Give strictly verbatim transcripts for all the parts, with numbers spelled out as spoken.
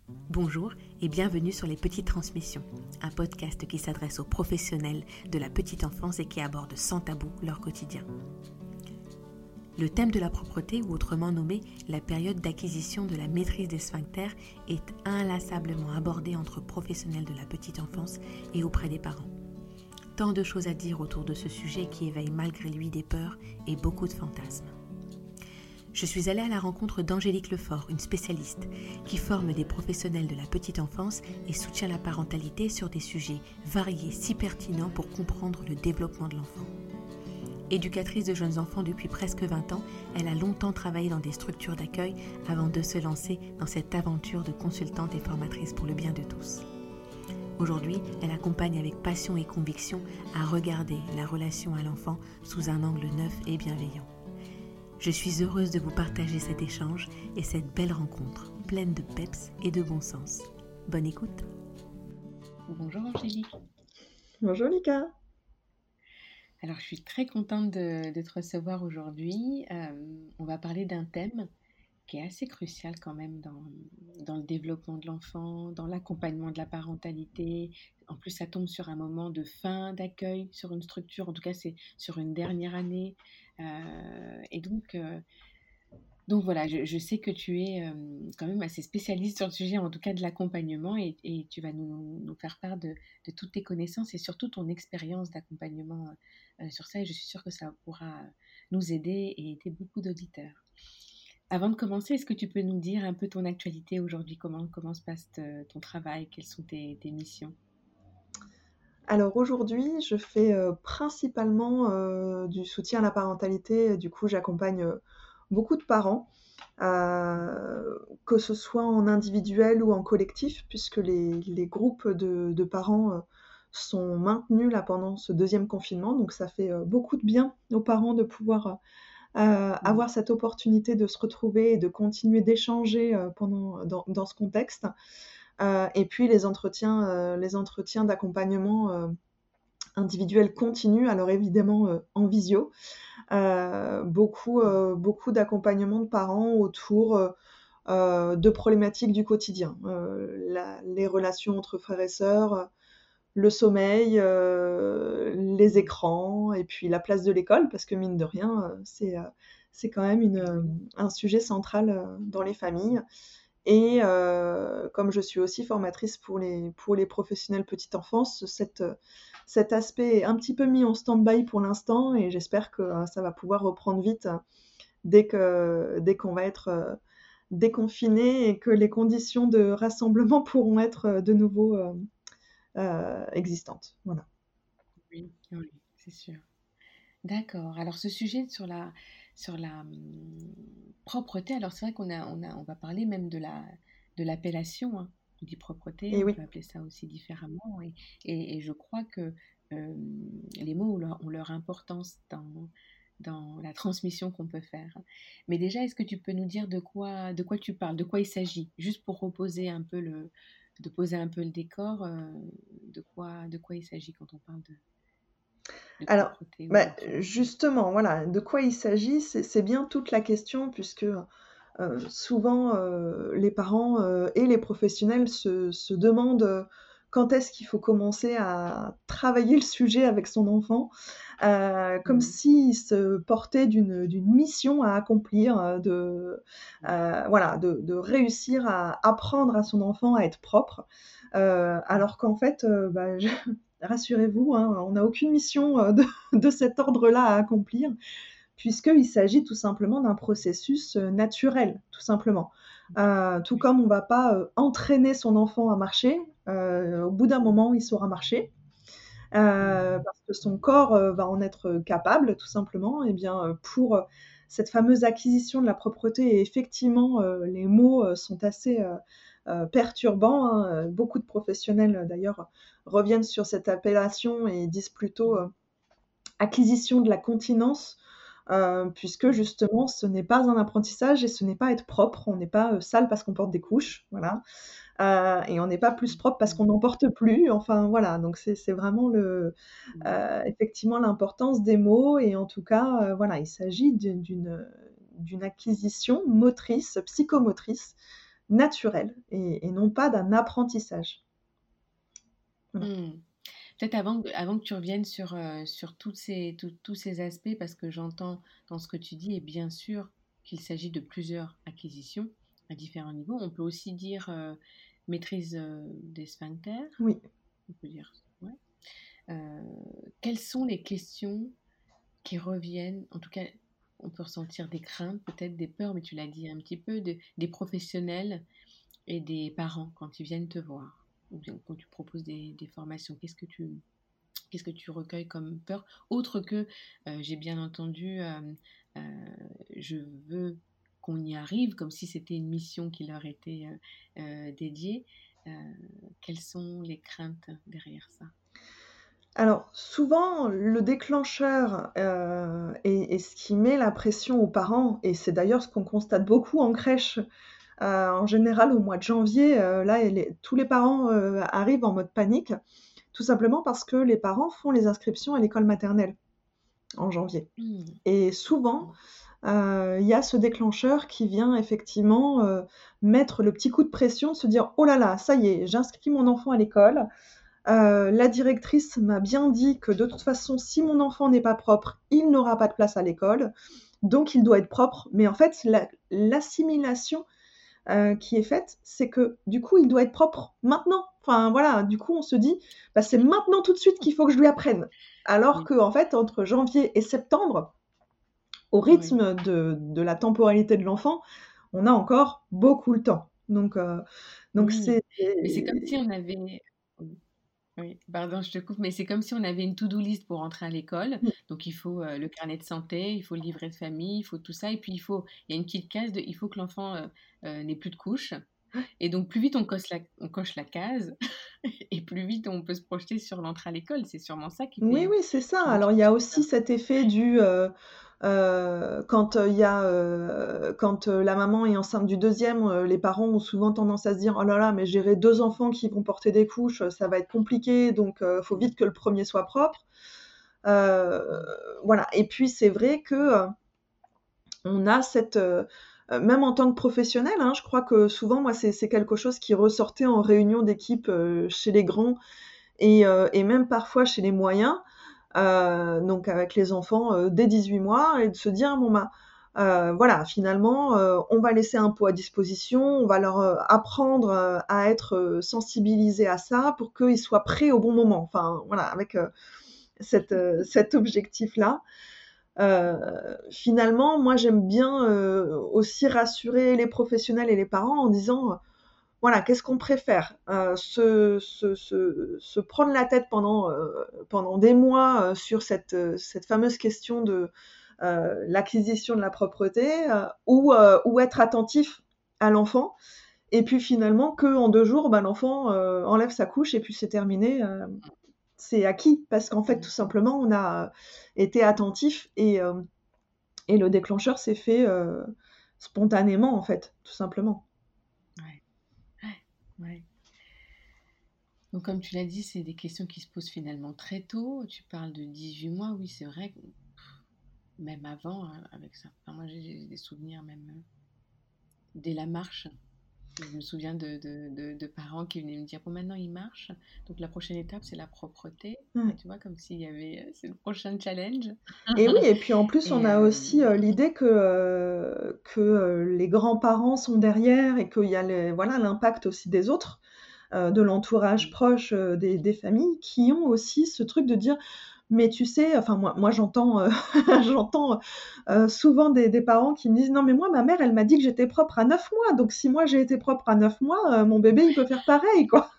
Bonjour et bienvenue sur Les Petites Transmissions, un podcast qui s'adresse aux professionnels de la petite enfance et qui aborde sans tabou leur quotidien. Le thème de la propreté, ou autrement nommé la période d'acquisition de la maîtrise des sphincters, est inlassablement abordé entre professionnels de la petite enfance et auprès des parents. Tant de choses à dire autour de ce sujet qui éveille malgré lui des peurs et beaucoup de fantasmes. Je suis allée à la rencontre d'Angélique Lefort, une spécialiste qui forme des professionnels de la petite enfance et soutient la parentalité sur des sujets variés si pertinents pour comprendre le développement de l'enfant. Éducatrice de jeunes enfants depuis presque vingt ans, elle a longtemps travaillé dans des structures d'accueil avant de se lancer dans cette aventure de consultante et formatrice pour le bien de tous. Aujourd'hui, elle accompagne avec passion et conviction à regarder la relation à l'enfant sous un angle neuf et bienveillant. Je suis heureuse de vous partager cet échange et cette belle rencontre, pleine de peps et de bon sens. Bonne écoute. Bonjour Angélique. Bonjour Lika. Alors je suis très contente de, de te recevoir aujourd'hui. Euh, on va parler d'un thème qui est assez crucial quand même dans, dans le développement de l'enfant, dans l'accompagnement de la parentalité. En plus, ça tombe sur un moment de fin d'accueil sur une structure, en tout cas c'est sur une dernière année. Euh, et donc, euh, donc voilà, je, je sais que tu es euh, quand même assez spécialiste sur le sujet, en tout cas de l'accompagnement, et, et tu vas nous, nous faire part de, de toutes tes connaissances et surtout ton expérience d'accompagnement euh, sur ça. Et je suis sûre que ça pourra nous aider et aider beaucoup d'auditeurs. Avant de commencer, est-ce que tu peux nous dire un peu ton actualité aujourd'hui? Comment, comment se passe te- ton travail? Quelles sont tes, tes missions? Alors aujourd'hui, je fais euh, principalement euh, du soutien à la parentalité. Du coup, j'accompagne euh, beaucoup de parents, euh, que ce soit en individuel ou en collectif, puisque les, les groupes de, de parents euh, sont maintenus là pendant ce deuxième confinement. Donc ça fait euh, beaucoup de bien aux parents de pouvoir euh, Mm. avoir cette opportunité de se retrouver et de continuer d'échanger euh, pendant, dans, dans ce contexte. Euh, et puis les entretiens, euh, les entretiens d'accompagnement euh, individuels continuent, alors évidemment euh, en visio. Euh, beaucoup, euh, beaucoup d'accompagnement de parents autour euh, euh, de problématiques du quotidien. Euh, la- les relations entre frères et sœurs, le sommeil, euh, les écrans, et puis la place de l'école, parce que mine de rien, euh, c'est, euh, c'est quand même une, Eh euh, oui. un sujet central euh, dans les familles. Et euh, comme je suis aussi formatrice pour les, pour les professionnels petite enfance, cette, cet aspect est un petit peu mis en stand-by pour l'instant et j'espère que euh, ça va pouvoir reprendre vite euh, dès, que, dès qu'on va être euh, déconfiné et que les conditions de rassemblement pourront être euh, de nouveau euh, euh, existantes. Voilà. Oui, oui, c'est sûr. D'accord. Alors ce sujet sur la, sur la hum, propreté, alors c'est vrai qu'on a, on a, on va parler même de la, de l'appellation, hein. On dit propreté, Et on oui. peut appeler ça aussi différemment. Et, et- et je crois que euh, les mots ont leur, ont leur importance dans, dans la transmission qu'on peut faire. Mais déjà, est-ce que tu peux nous dire de quoi, de quoi tu parles, de quoi il s'agit, juste pour reposer un peu le, de poser un peu le décor, euh, de quoi, de quoi il s'agit quand on parle de, de Alors, propreté bah, aujourd'hui? justement, voilà, de quoi il s'agit, c'est c'est bien toute la question, puisque euh, souvent euh, les parents euh, et les professionnels se, se demandent euh, quand est-ce qu'il faut commencer à travailler le sujet avec son enfant, euh, comme Mhm. s'il se portait d'une d'une mission à accomplir, euh, de, euh, voilà, de, de réussir à apprendre à son enfant à être propre, euh, alors qu'en fait, euh, bah, je- rassurez-vous, hein, on n'a aucune mission euh, de, de cet ordre-là à accomplir, puisqu'il s'agit tout simplement d'un processus euh, naturel, tout simplement. Euh, tout Oui. comme on ne va pas euh, entraîner son enfant à marcher, euh, au bout d'un moment, il saura marcher, Mhm. euh, parce que son corps euh, va en être capable, tout simplement. Et bien, euh, pour euh, cette fameuse acquisition de la propreté, et effectivement, euh, les mots euh, sont assez euh, euh, perturbants, hein. Beaucoup de professionnels, euh, d'ailleurs, reviennent sur cette appellation et disent plutôt euh, acquisition de la continence, euh, puisque justement ce n'est pas un apprentissage et ce n'est pas être propre, on n'est pas euh, sale parce qu'on porte des couches, voilà. Euh, et on n'est pas plus propre parce qu'on n'en porte plus, enfin voilà, donc c'est c'est vraiment le, Mhm. euh, effectivement l'importance des mots, et en tout cas, euh, voilà, il s'agit d'une d'une d'une acquisition motrice, psychomotrice, naturel et, et non pas d'un apprentissage. Voilà. Mmh. Peut-être avant, que- avant que tu reviennes sur, euh, sur toutes ces, tout- tous ces aspects, parce que j'entends dans ce que tu dis, et bien sûr qu'il s'agit de plusieurs acquisitions à différents niveaux. On peut aussi dire euh, maîtrise euh, des sphincters, Oui. on peut dire, ouais. Euh, quelles sont les questions qui reviennent, en tout cas, on peut ressentir des craintes, peut-être des peurs, mais tu l'as dit un petit peu, de- des professionnels et des parents quand ils viennent te voir, ou bien quand tu proposes des, des formations. Qu'est-ce que tu, qu'est-ce que tu recueilles comme peur, autre que, euh, j'ai bien entendu, euh, euh, je veux qu'on y arrive, comme si c'était une mission qui leur était euh, euh, dédiée. Euh, quelles sont les craintes derrière ça? Alors, souvent, le déclencheur, heu, et et ce qui met la pression aux parents, et c'est d'ailleurs ce qu'on constate beaucoup en crèche, heu, en général au mois de janvier, heu, là et les tous les parents, heu, arrivent en mode panique, tout simplement parce que les parents font les inscriptions à l'école maternelle en janvier. Mmh. Et souvent, heu, il y a ce déclencheur qui vient effectivement, heu, mettre le petit coup de pression, de se dire: «Oh là là, ça y est, j'inscris mon enfant à l'école. Heu, la directrice m'a bien dit que de toute façon, si mon enfant n'est pas propre, il n'aura pas de place à l'école, donc il doit être propre». Mais en fait, la l'assimilation, heu, qui est faite, c'est que du coup, il doit être propre maintenant. Enfin voilà, du coup, on se dit: «Bah, c'est maintenant tout de suite qu'il faut que je lui apprenne». Alors Oui, qu'en fait, entre janvier et septembre, au oui. rythme de de la temporalité de l'enfant, on a encore beaucoup le temps. Donc heu, donc Oui, c'est mais c'est comme si on avait oui, oui, pardon, je te coupe, mais c'est comme si on avait une to-do list pour rentrer à l'école. Donc il faut, heu, le carnet de santé, il faut le livret de famille, il faut tout ça et puis il faut il y a une petite case de il faut que l'enfant, heu heu, n'ait plus de couches et donc plus vite on coche la on coche la case et plus vite on peut se projeter sur l'entrée à l'école. C'est sûrement ça qui Oui, fait oui, c'est ça. qui Alors, il y déclenche a tout ça. aussi cet effet du, heu heu, quand, heu, il y a, heu, quand, heu, la maman est enceinte du deuxième, heu, les parents ont souvent tendance à se dire: «Oh là là, mais gérer deux enfants qui vont porter des couches, heu, ça va être compliqué, donc heu, faut Mmh, vite que le premier soit propre». Heu, mmh, voilà et puis c'est vrai que, heu, on a cette, heu heu, même en tant que professionnel, hein, je crois que souvent, moi, c'est c'est quelque chose qui ressortait en réunion d'équipe, heu, chez les grands et heu et même parfois chez les moyens. Heu, donc avec les enfants, heu, dès dix-huit mois et de se dire: «Bon bah, heu, voilà, finalement, heu, on va laisser un pot à disposition, on va leur, heu, apprendre, heu, à être, heu, sensibilisés à ça pour qu'ils soient prêts au bon moment». Enfin voilà, avec, heu, cet, heu, cet objectif-là. Heu, Finalement, moi j'aime bien, heu, aussi rassurer les professionnels et les parents en disant, voilà, qu'est-ce qu'on préfère? Heu, se se se se prendre la tête pendant, heu, pendant des mois, heu, sur cette, heu, cette fameuse question de, heu, l'acquisition de la propreté, heu, ou, heu, ou être attentif à l'enfant et puis finalement qu'en deux jours, bah, l'enfant, heu, enlève sa couche et puis c'est terminé, heu, c'est acquis. Parce qu'en fait, tout mmh, simplement, on a, heu, été attentif et hem et le déclencheur s'est fait, heu, spontanément, en fait, tout simplement. ouais, ouais, ouais. Donc comme tu l'as dit, c'est des questions qui se posent finalement très tôt. Tu parles de dix-huit mois, oui, c'est vrai que même avant, heu, avec ça enfin moi j'ai j'ai des souvenirs même, heu, dès la marche. Je me souviens de de de de parents qui venaient me dire: «Bon maintenant il marche, donc la prochaine étape c'est la propreté». Enfin Ouais. tu vois? Comme s'il y avait, heu, c'est le prochain challenge Et oui et puis en plus, et on a aussi, hem, heu, l'idée que, heu, que, heu, les grands-parents sont derrière et qu'il y a les voilà, l'impact aussi des autres, heu, de l'entourage mmh, proche, heu, des des familles qui ont aussi ce truc de dire: «Mais tu sais» enfin moi moi j'entends, heu, j'entends, heu, souvent des des parents qui me disent: «Non mais moi ma mère elle m'a dit que j'étais propre à neuf mois, donc si moi j'ai été propre à neuf mois, heu, mon bébé il peut faire pareil quoi».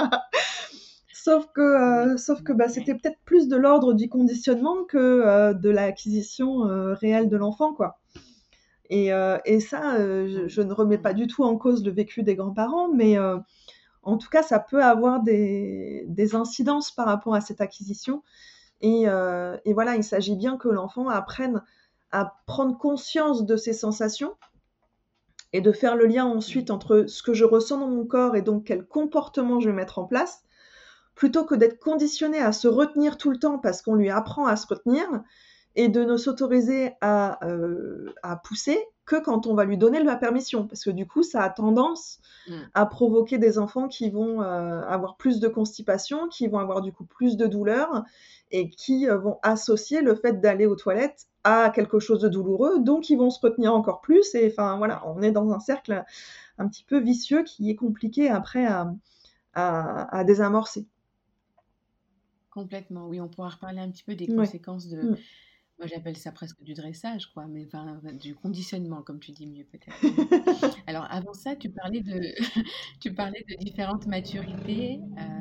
Sauf que, oui, heu, sauf que, mmh, bah, ouais, c'était peut-être plus de l'ordre du conditionnement que, heu, de l'acquisition, heu, réelle de l'enfant, quoi. Et heu et ça, heu, je mmh, je ne remets pas mmh, du tout en cause le vécu des grands-parents, mais heu, en tout cas, ça peut avoir des des incidences par rapport à cette acquisition et heu et voilà, il s'agit bien que l'enfant apprenne à prendre conscience de ses sensations et de faire le lien ensuite oui, entre ce que je ressens dans mon corps et donc quel comportement je vais mettre en place. Plutôt que d'être conditionné à se retenir tout le temps parce qu'on lui apprend à se retenir et de ne s'autoriser à, heu, à pousser que quand on va lui donner la permission, parce que du coup, ça a tendance Mmh. à provoquer des enfants qui vont euh, avoir plus de constipation, qui vont avoir du coup plus de douleur et qui euh, vont associer le fait d'aller aux toilettes à quelque chose de douloureux, donc ils vont se retenir encore plus. Et enfin voilà, on est dans un cercle un petit peu vicieux qui est compliqué après à, à, à désamorcer. Complètement, oui, on pourra reparler un petit peu des Ouais. conséquences de, Mm. moi j'appelle ça presque du dressage, quoi, mais enfin du conditionnement, comme tu dis mieux peut-être. Mais alors avant ça, tu parlais de, tu parlais de différentes maturités.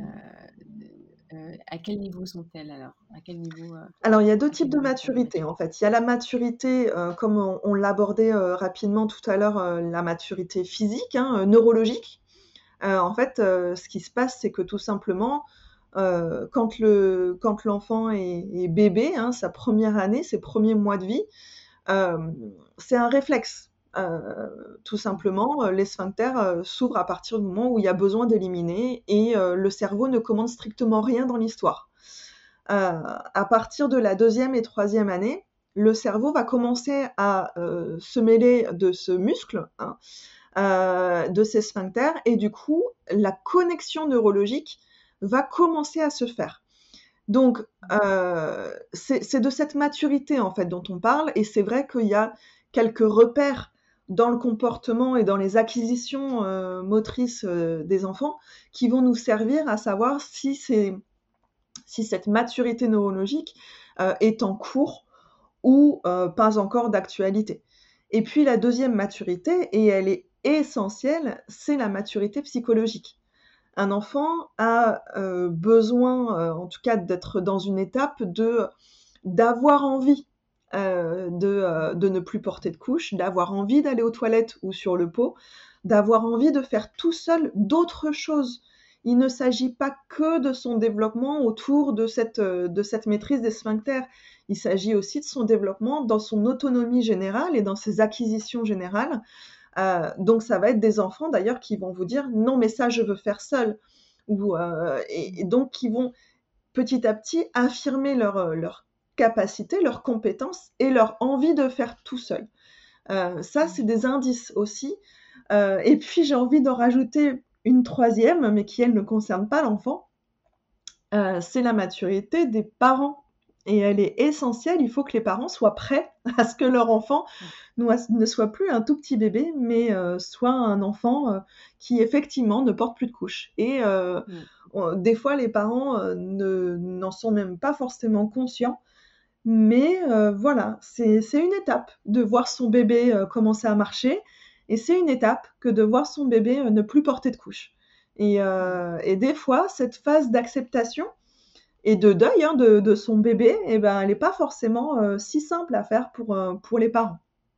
Euh, euh, à quel niveau sont-elles alors? À quel niveau, euh, Alors, il y a deux à quel types de niveau sont les maturité, en maturités? fait. Il y a la maturité, euh, comme on, on l'abordait euh, rapidement tout à l'heure, euh, la maturité physique, hein, euh, neurologique. Euh, en fait, euh, ce qui se passe, c'est que tout simplement, euh, quand le, quand l'enfant est, est bébé, hein, sa première année, ses premiers mois de vie, euh, c'est un réflexe. Euh, tout simplement, euh, les sphincters euh, s'ouvrent à partir du moment où il y a besoin d'éliminer et euh, le cerveau ne commande strictement rien dans l'histoire. Euh, à partir de la deuxième et troisième année, le cerveau va commencer à euh, se mêler de ce muscle, hein, euh, de ces sphincters, et du coup, la connexion neurologique va commencer à se faire. Donc, euh, c'est, c'est de cette maturité en fait dont on parle, et c'est vrai qu'il y a quelques repères dans le comportement et dans les acquisitions euh, motrices euh, des enfants qui vont nous servir à savoir si c'est si cette maturité neurologique euh, est en cours ou euh, pas encore d'actualité. Et puis la deuxième maturité, et elle est essentielle, c'est la maturité psychologique. Un enfant a euh, besoin, euh, en tout cas, d'être dans une étape de d'avoir envie euh, de, euh, de ne plus porter de couche, d'avoir envie d'aller aux toilettes ou sur le pot, d'avoir envie de faire tout seul d'autres choses. Il ne s'agit pas que de son développement autour de cette, euh, de cette maîtrise des sphincters. Il s'agit aussi de son développement dans son autonomie générale et dans ses acquisitions générales. Euh, donc ça va être des enfants d'ailleurs qui vont vous dire non mais ça je veux faire seul. Ou, euh, et, et donc qui vont petit à petit affirmer leur, leur capacité, leurs compétences et leur envie de faire tout seul. Euh, ça, c'est des indices aussi. Euh, et puis, j'ai envie d'en rajouter une troisième, mais qui, elle, ne concerne pas l'enfant. Euh, c'est la maturité des parents. Et elle est essentielle. Il faut que les parents soient prêts à ce que leur enfant ne soit plus un tout petit bébé, mais euh, soit un enfant euh, qui, effectivement, ne porte plus de couche. Et euh, Mm. on, des fois, les parents euh, ne, n'en sont même pas forcément conscients. Mais euh, voilà, c'est, c'est une étape de voir son bébé euh, commencer à marcher, et c'est une étape que de voir son bébé euh, ne plus porter de couche. Et, euh, et des fois, cette phase d'acceptation et de deuil hein, de, de son bébé, eh ben, elle n'est pas forcément euh, si simple à faire pour, euh, pour les parents.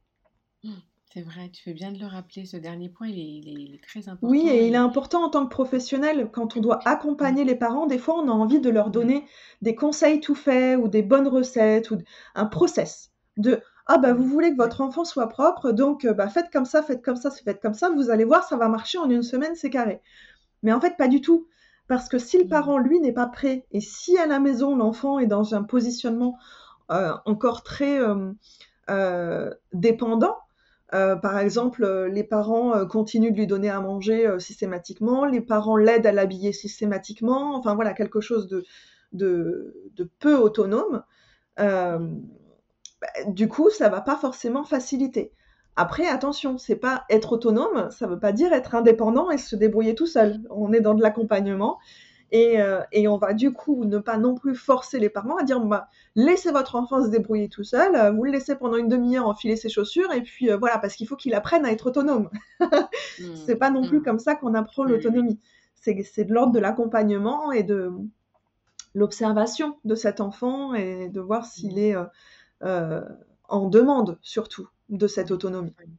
C'est vrai, tu fais bien de le rappeler, ce dernier point, il est, il est- il est très Oui, important et il est et important en tant que professionnel, quand on doit mm, accompagner les parents, des fois on a envie de leur ouais, donner des conseils tout faits ou des bonnes recettes ou un process de ah bah vous ouais, voulez que ouais, votre enfant soit propre, donc euh, bah faites comme ça, faites comme ça, faites comme ça, vous allez voir, ça va marcher en une semaine, c'est carré. Mais en fait pas du tout, parce que si le mm, parent lui n'est pas prêt et si à la maison l'enfant est dans un positionnement euh, encore très euh, euh, dépendant. Euh, par exemple, euh, les parents euh, continuent de lui donner à manger euh, systématiquement, les parents l'aident à l'habiller systématiquement, enfin voilà, quelque chose de, de, de peu autonome. Euh, mm, bah, du coup, ça va pas forcément faciliter. Après, attention, c'est pas être autonome, ça veut pas dire être indépendant et se débrouiller tout seul. On est dans de l'accompagnement et, euh, et on va du coup ne pas non plus forcer les parents à dire bah, laissez votre enfant se débrouiller tout seul, euh, vous le laissez pendant une demi-heure enfiler ses chaussures et puis euh, voilà, parce qu'il faut qu'il apprenne à être autonome. C'est mm, pas non plus mm. comme ça qu'on apprend Oui, oui, oui. l'autonomie. C'est, c'est de l'ordre de l'accompagnement et de l'observation de cet enfant et de voir s'il Mm, est euh, euh, en demande surtout de cette oui, autonomie. oui.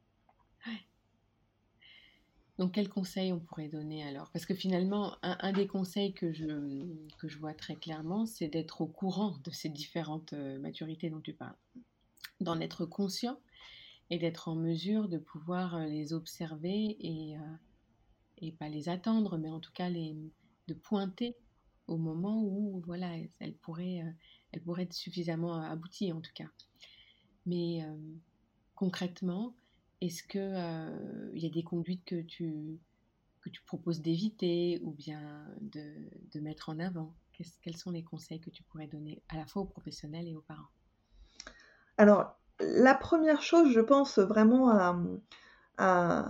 Donc, quels conseils on pourrait donner alors? Parce que finalement, un, un des conseils que je, que je vois très clairement, c'est d'être au courant de ces différentes euh, maturités dont tu parles, d'en être conscient et d'être en mesure de pouvoir euh, les observer et, euh, et pas les attendre, mais en tout cas les, de pointer au moment où voilà, elle pourrait, euh, elle pourrait être suffisamment aboutie en tout cas. Mais euh, concrètement, est-ce que euh, il y a des conduites que tu, que tu proposes d'éviter ou bien de, de mettre en avant? Qu'est-ce- quels sont les conseils que tu pourrais donner à la fois aux professionnels et aux parents? Alors, la première chose, je pense vraiment à, à,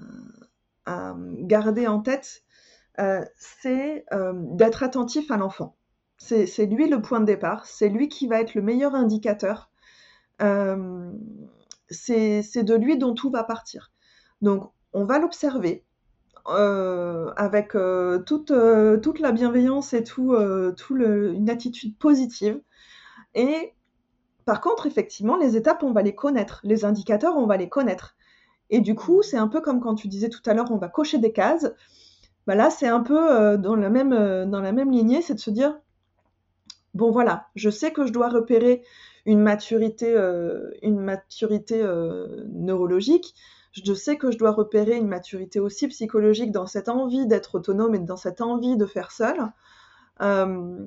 à garder en tête, euh, c'est euh, d'être attentif à l'enfant. C'est, c'est lui le point de départ, c'est lui qui va être le meilleur indicateur. Euh, c'est, c'est de lui dont tout va partir. Donc, on va l'observer euh, avec euh, toute, euh, toute la bienveillance et tout, euh, tout le, une attitude positive. Et par contre, effectivement, les étapes, on va les connaître. Les indicateurs, on va les connaître. Et du coup, c'est un peu comme quand tu disais tout à l'heure, on va cocher des cases. Bah là, c'est un peu euh, dans, la même, euh, dans la même lignée, c'est de se dire, bon voilà, je sais que je dois repérer une maturité, euh, une maturité euh, neurologique, je sais que je dois repérer une maturité aussi psychologique dans cette envie d'être autonome et dans cette envie de faire seul. Euh,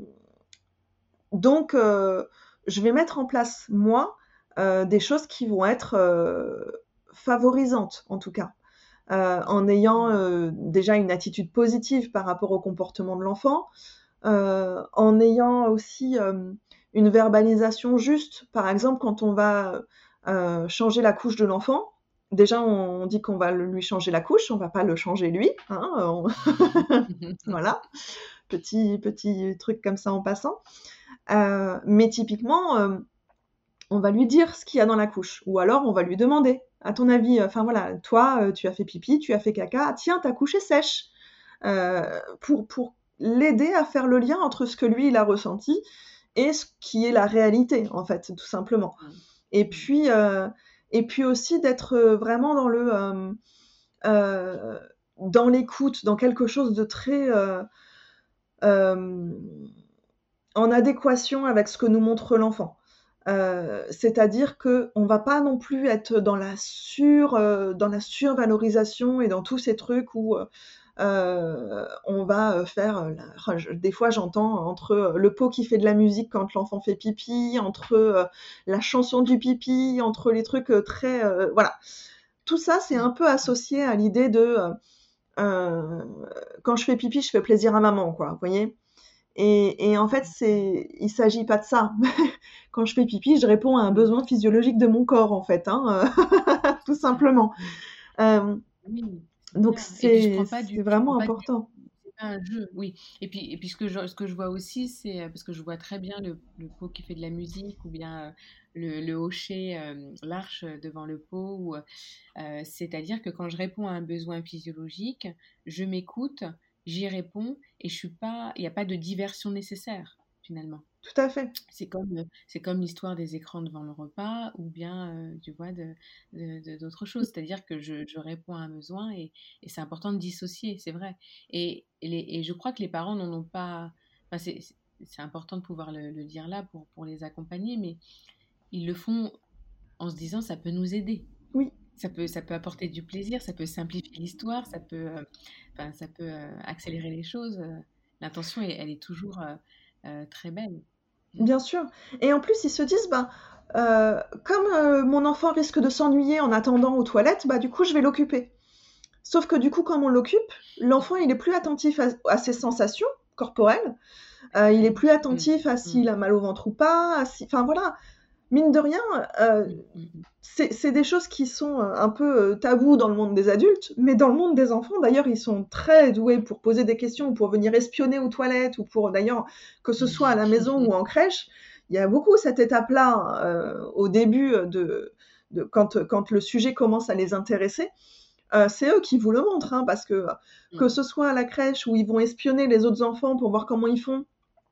donc, euh, je vais mettre en place, moi, euh, des choses qui vont être euh, favorisantes, en tout cas. Euh, en ayant euh, déjà une attitude positive par rapport au comportement de l'enfant, euh, en ayant aussi euh, une verbalisation juste. Par exemple, quand on va euh, changer la couche de l'enfant, déjà on dit qu'on va lui changer la couche, on va pas le changer lui. Hein, on... voilà, petit, petit truc comme ça en passant. Euh, mais typiquement, euh, on va lui dire ce qu'il y a dans la couche, ou alors on va lui demander, à ton avis, enfin voilà, toi, tu as fait pipi, tu as fait caca, tiens, ta couche est sèche, euh, pour, pour l'aider à faire le lien entre ce que lui, il a ressenti et ce qui est la réalité, en fait, tout simplement. Et puis, euh, et puis aussi d'être vraiment dans le... Euh, euh, dans l'écoute, dans quelque chose de très... Euh, euh, en adéquation avec ce que nous montre l'enfant. Euh, c'est-à-dire qu'on ne va pas non plus être dans la, sur, euh, dans la survalorisation et dans tous ces trucs où euh, on va faire... La, je, des fois, j'entends entre le pot qui fait de la musique quand l'enfant fait pipi, entre euh, la chanson du pipi, entre les trucs très... Euh, voilà. Tout ça, c'est un peu associé à l'idée de... Euh, quand je fais pipi, je fais plaisir à maman, quoi, vous voyez. Et, et en fait, c'est, il s'agit pas de ça. Quand je fais pipi, je réponds à un besoin physiologique de mon corps, en fait, hein, tout simplement. Euh, Oui, donc c'est et puis je c'est, prends pas du c'est je prends vraiment pas du important. c'est pas un jeu, oui. Et puis et puis ce que je ce que je vois aussi, c'est, heu, parce que je vois très bien le le pot qui fait de la musique ou bien, heu, le le hocher, hem, l'arche, devant le pot ou, heu heu, c'est-à-dire que quand je réponds à un besoin physiologique, je m'écoute, j'y réponds et je suis pas il y a pas de diversion nécessaire, finalement. Tout à fait. C'est comme, euh, c'est comme l'histoire des écrans devant le repas ou bien, euh, tu vois, de, de- de- d'autres choses. C'est-à-dire que je, je réponds à un besoin et, et c'est important de dissocier, c'est vrai. Et, et, les- et je crois que les parents n'en ont pas... Enfin, c'est, c'est c'est important de pouvoir le, le dire là pour, pour les accompagner, mais ils le font en se disant ça peut nous aider. Oui, Ça peut, ça peut apporter du plaisir, ça peut simplifier l'histoire, ça peut, euh, enfin, ça peut euh, accélérer les choses. euh. L'intention, elle, elle est toujours euh, euh, très belle. Mm. bien sûr. Et en plus, ils se disent, bah, euh, comme euh, mon enfant risque de s'ennuyer en attendant aux toilettes, bah, du coup, je vais l'occuper. Sauf que du coup, comme on l'occupe, l'enfant, il est plus attentif à, à ses sensations corporelles. Euh, il est plus Mm, attentif à s'il mm, a mal au ventre ou pas. À si... Enfin voilà, mine de rien, euh, mm, mm, c'est, c'est des choses qui sont euh, un peu euh, tabous dans le monde des adultes, mais dans le monde des enfants, d'ailleurs, ils sont très doués pour poser des questions ou pour venir espionner aux toilettes ou pour, d'ailleurs, que ce soit à la maison ou en crèche. Il y a beaucoup cette étape-là euh, au début de, de quand, quand le sujet commence à les intéresser. Euh, c'est eux qui vous le montrent, hein, parce que que mm. ce soit à la crèche où ils vont espionner les autres enfants pour voir comment ils font,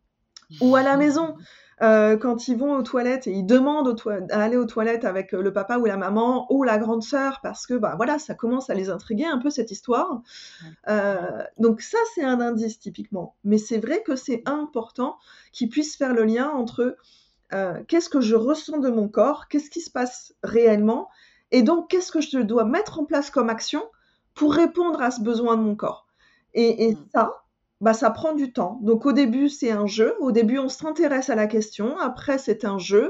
ou à la maison, euh, quand ils vont aux toilettes et ils demandent aux to- à aller aux toilettes avec le papa ou la maman ou la grande sœur, parce que bah, voilà, ça commence à les intriguer un peu cette histoire. Ouais, ouais. Euh, donc ça, c'est un indice typiquement. Mais c'est vrai que c'est important qu'ils puissent faire le lien entre euh, qu'est-ce que je ressens de mon corps, qu'est-ce qui se passe réellement, et donc qu'est-ce que je dois mettre en place comme action pour répondre à ce besoin de mon corps. Et, et Mm. ça, bah, ça prend du temps. Donc au début, c'est un jeu. Au début, on s'intéresse à la question. Après, c'est un jeu.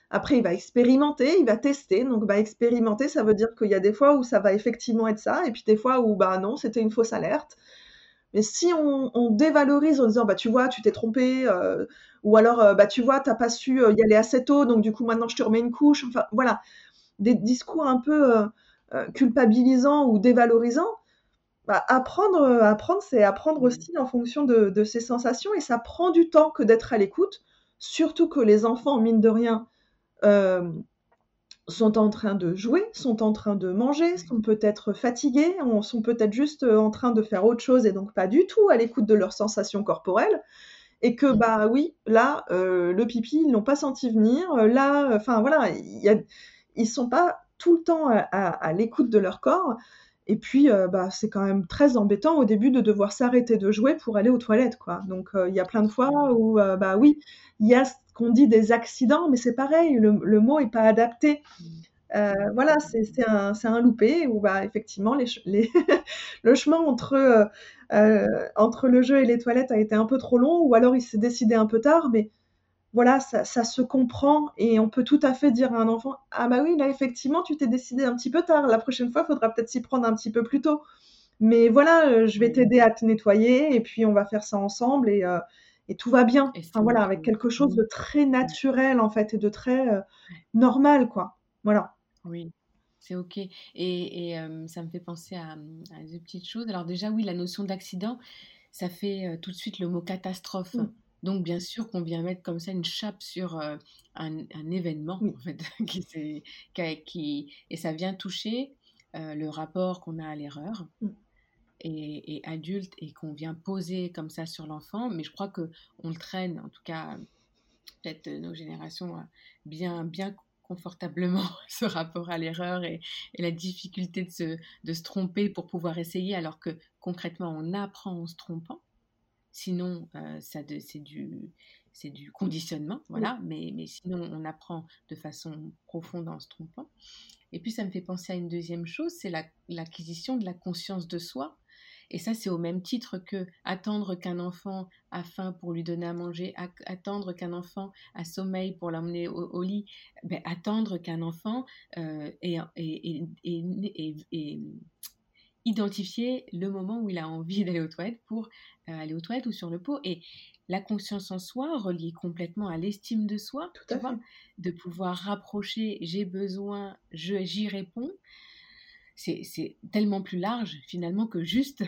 Après, il va expérimenter, il va tester. Donc, bah, expérimenter, ça veut dire qu'il y a des fois où ça va effectivement être ça, et puis des fois où, bah non, c'était une fausse alerte. Mais si on, on dévalorise en disant, bah tu vois, tu t'es trompé, euh, ou alors, euh, bah tu vois, t'as pas su euh, y aller assez tôt, donc du coup maintenant je te remets une couche. Enfin, voilà, des discours un peu euh, euh, culpabilisants ou dévalorisants. Bah, apprendre, euh, apprendre, c'est apprendre Mmh. aussi en fonction de, de ses sensations, et ça prend du temps que d'être à l'écoute, surtout que les enfants, mine de rien, euh, sont en train de jouer, sont en train de manger, Ouais. sont peut-être fatigués, on- sont peut-être juste euh, en train de faire autre chose et donc pas du tout à l'écoute de leurs sensations corporelles. Et que, Mmh. bah oui, là, euh, le pipi, ils l'ont pas senti venir. euh, Là, enfin voilà, il y a, ils sont pas tout le temps à, à- à l'écoute de leur corps. Et puis, euh, bah, c'est quand même très embêtant au début de devoir s'arrêter de jouer pour aller aux toilettes, quoi. Donc, euh, il y a plein de fois Absolument. où, euh, bah Ouais. oui, il y a ce qu'on dit des accidents, mais c'est pareil, le, le mot est pas adapté. Mmh. Euh, Mmh. voilà, c'est Complètement. c'est un, c'est un loupé où bah, effectivement les, ch- les le chemin entre, euh, euh, entre le jeu et les toilettes a été un peu trop long, ou alors il s'est décidé un peu tard, mais voilà, ça, ça se comprend et on peut tout à fait dire à un enfant, ah bah oui, là effectivement tu t'es décidé un petit peu tard, la prochaine fois il faudra peut-être s'y prendre un petit peu plus tôt. Mais voilà, euh, je vais Oui. t'aider à te nettoyer et puis on va faire ça ensemble et, euh, et tout va bien. Et Enfin c'est voilà, OK. avec quelque chose Mmh. de très Ouais. naturel en fait et de très euh, Ouais. normal, quoi. Voilà. Oui, c'est OK. Et, et hem, ça me fait penser à, mmh, à deux petites choses. Alors déjà, oui, la notion d'accident, ça fait, heu, tout de suite le mot catastrophe. Mm. Donc bien sûr qu'on vient mettre comme ça une chape sur, heu, un un événement Oui. en fait qui s'est qui a qui et ça vient toucher, heu, le rapport qu'on a à l'erreur Mm. et et adulte et qu'on vient poser comme ça sur l'enfant. Mais je crois qu'on le traîne, en tout cas peut-être euh, nos générations, euh, bien, bien confortablement ce rapport à l'erreur et, et la difficulté de se, de se tromper pour pouvoir essayer, alors que concrètement, on apprend en se trompant. Sinon, euh, ça de, c'est du, c'est du conditionnement, Oui. voilà, mais, mais sinon, on apprend de façon profonde en se trompant. Et puis, ça me fait penser à une deuxième chose, c'est la- l'acquisition de la conscience de soi. Et ça, c'est au même titre que attendre qu'un enfant a faim pour lui donner à manger, a- attendre qu'un enfant a sommeil pour l'emmener au, au lit, ben, attendre qu'un enfant euh, ait, ait- ait- ait- ait- ait identifié le moment où il a envie d'aller aux toilettes pour euh, aller aux toilettes ou sur le pot. Et la conscience en soi, reliée complètement à l'estime de soi, Tout tu à fait. vois, de pouvoir rapprocher j'ai besoin, je, j'y réponds, c'est, c'est tellement plus large finalement que juste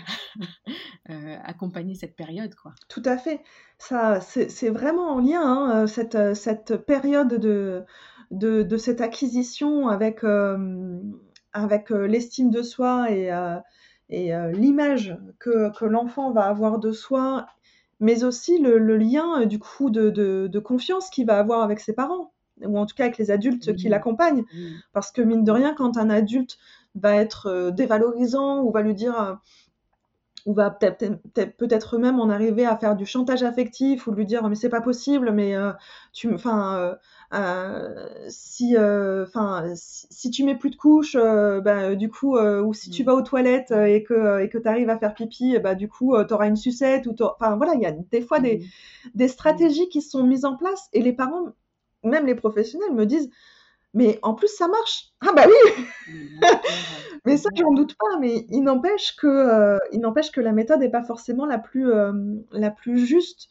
euh, accompagner cette période, quoi. Tout à fait. Ça, c'est c'est vraiment en lien, hein, euh, cette, euh, cette période de, de, de cette acquisition avec, euh, avec euh, l'estime de soi et, euh, et euh, l'image que, que l'enfant va avoir de soi, mais aussi le, le lien euh, du coup de, de, de confiance qu'il va avoir avec ses parents, ou en tout cas avec les adultes qui Oui, l'accompagnent. oui, Parce que mine de oui. rien, quand un adulte va être euh, dévalorisant ou va lui dire... euh, ou va peut-être peut-être peut-être même en arriver à faire du chantage affectif ou lui dire mais c'est pas possible mais euh, tu enfin euh, euh, si euh, enfin si, si tu mets plus de couches euh, bah, du coup euh, ou si tu Mm, vas aux toilettes euh, mm, et que et que tu arrives à faire pipi bah du coup tu auras une sucette ou t'auras- enfin voilà il y a des fois des mhm, des mm. stratégies qui sont mises en place et les parents même les professionnels me disent mais en plus ça marche ah bah oui Mais bien sûr, euh, mais ça, bien j'en sûr. doute pas, mais il n'empêche que, heu, il n'empêche que la méthode n'est pas forcément la plus, hem, la plus juste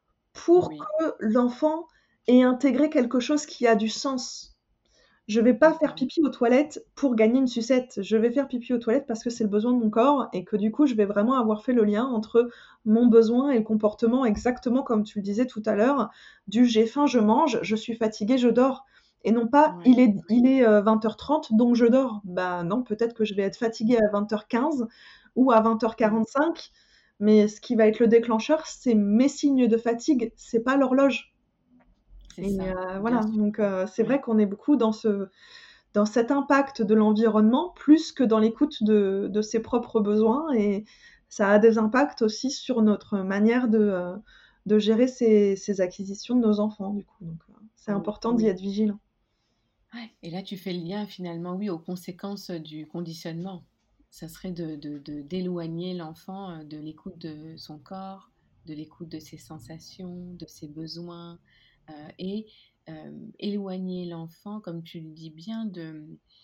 pour Oui, que l'enfant ait intégré quelque chose qui a du sens. Je vais pas c'est faire ça. pipi aux toilettes pour gagner une sucette. Je vais faire pipi aux toilettes parce que c'est le besoin de mon corps et que du coup, je vais vraiment avoir fait le lien entre mon besoin et le comportement exactement comme tu le disais tout à l'heure, du j'ai faim, je mange, je suis fatiguée, je dors. Et non pas Ouais, il est, il est euh, vingt heures trente donc je dors. Bah non, peut-être que je vais être fatiguée à vingt heures quinze ou à vingt heures mm, quarante-cinq, mais ce qui va être le déclencheur, c'est mes signes de fatigue, c'est pas l'horloge. c'est Et ça, heu, bien voilà, sûr. donc heu, c'est Ouais. vrai qu'on est beaucoup dans ce dans cet impact de l'environnement, plus que dans l'écoute de de ses propres besoins et ça a des impacts aussi sur notre manière de, heu, de gérer ces ces acquisitions de nos enfants, du coup, donc heu, c'est Oh, important d'y oui. être vigilant. Ouais. Et là, tu fais le lien finalement, oui, aux conséquences du conditionnement. Ça serait de, de- de- d'éloigner l'enfant euh, de l'écoute de son corps, de l'écoute de ses sensations, de ses besoins, euh, et euh, éloigner l'enfant, comme tu le dis bien, de,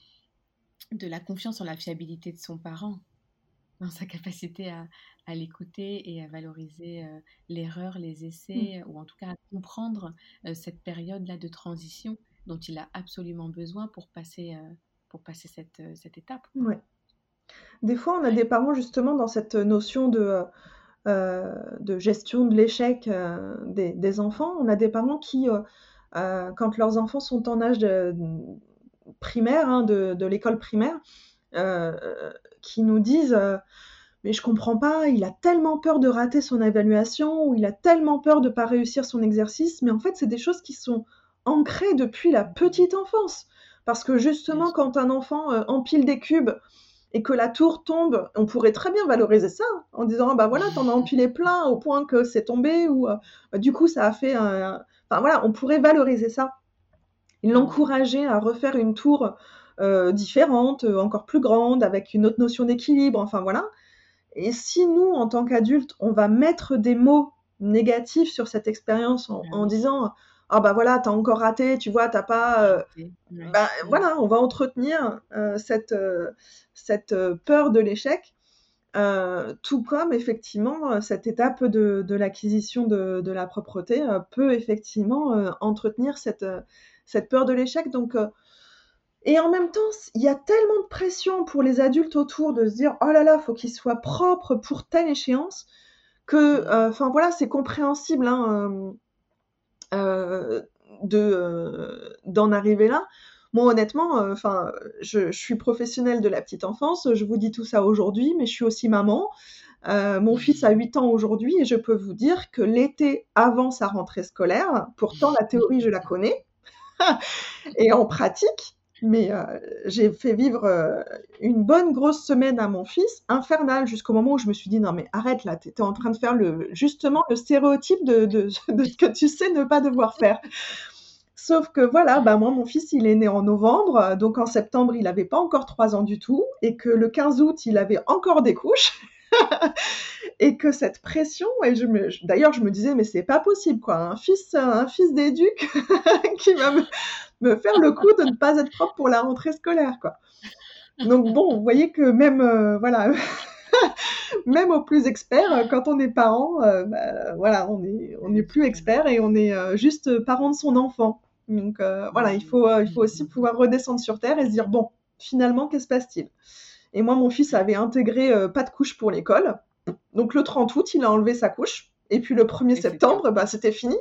de la confiance en la fiabilité de son parent, dans sa capacité à, à l'écouter et à valoriser euh, l'erreur, les Mm. essais, ou en tout cas à comprendre euh, cette période-là de transition dont il a absolument besoin pour passer, euh, pour passer cette, euh, cette étape, quoi. Ouais. Des fois, on a des parents justement dans cette notion de, euh, de gestion de l'échec euh, des, des enfants. On a des parents qui, euh, euh, quand leurs enfants sont en âge de, primaire, hein, de, de l'école primaire, euh, qui nous disent euh, mais je comprends pas, il a tellement peur de rater son évaluation, ou il a tellement peur de pas réussir son exercice. Mais en fait, c'est des choses qui sont ancrées depuis la petite enfance. Parce que justement, quand un enfant euh, empile des cubes et que la tour tombe, on pourrait très bien valoriser ça hein, en disant ah bah voilà, t'en as empilé plein au point que c'est tombé, ou euh, bah, du coup ça a fait un. Enfin voilà, on pourrait valoriser ça. L'encourager à refaire une tour euh, différente, euh, encore plus grande, avec une autre notion d'équilibre, enfin voilà. Et si nous, en tant qu'adultes, on va mettre des mots négatifs sur cette expérience en, Ah en oui. disant ah bah voilà, t'as encore raté, tu vois, t'as pas. Euh, Ouais. bah voilà, on va entretenir euh, cette, euh, cette euh, peur de l'échec, euh, tout comme effectivement euh, cette étape de, de l'acquisition de, de la propreté euh, peut effectivement euh, entretenir cette, euh, cette peur de l'échec. Donc, euh, et en même temps, il y a tellement de pression pour les adultes autour de se dire oh là là, faut qu'ils soient propres pour telle échéance que, enfin voilà, c'est compréhensible hein, euh, euh, de euh, d'en arriver là. Moi, honnêtement, enfin, euh, je, je suis professionnelle de la petite enfance. Je vous dis tout ça aujourd'hui, mais je suis aussi maman. Euh, mon fils a huit ans aujourd'hui et je peux vous dire que l'été avant sa rentrée scolaire, pourtant la théorie je la connais et en pratique, mais euh, j'ai fait vivre euh, une bonne grosse semaine à mon fils, infernale, jusqu'au moment où je me suis dit non mais arrête là, t'étais en train de faire le, justement le stéréotype de, de, de ce que tu sais ne pas devoir faire. Sauf que voilà, bah moi mon fils il est né en novembre, donc en septembre il n'avait pas encore trois ans du tout, et que le quinze août il avait encore des couches. Et que cette pression, et je me, d'ailleurs je me disais mais c'est pas possible quoi, un fils, un fils d'éduc qui va me, me faire le coup de ne pas être propre pour la rentrée scolaire quoi. Donc bon, vous voyez que même euh, voilà, même aux plus experts, quand on est parent, euh, bah, voilà, on est on est plus expert et on est euh, juste parent de son enfant. Donc euh, voilà, il faut euh, il faut aussi pouvoir redescendre sur terre et se dire bon, finalement qu'est-ce qui se passe-t-il? Et moi mon fils avait intégré euh, pas de couche pour l'école. Donc le trente août, il a enlevé sa couche. Et puis le premier septembre, bah, c'était fini.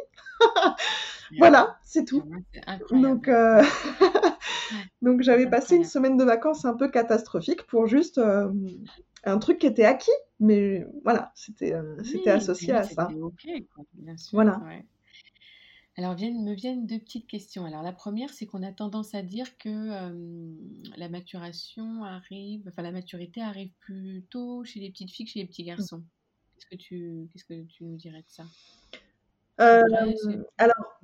Voilà, c'est tout. C'est donc, euh... donc j'avais passé une semaine de vacances un peu catastrophique pour juste euh, un truc qui était acquis. Mais voilà, c'était, euh, oui, c'était associé oui, à ça. C'était ok, quoi, bien sûr. Voilà. Ouais. Alors, viennent, me viennent deux petites questions. Alors, la première, c'est qu'on a tendance à dire que euh, la maturation arrive, enfin, la maturité arrive plus tôt chez les petites filles que chez les petits garçons. Mmh. Qu'est-ce que tu, qu'est-ce que tu nous dirais de ça? euh, vrai, Alors,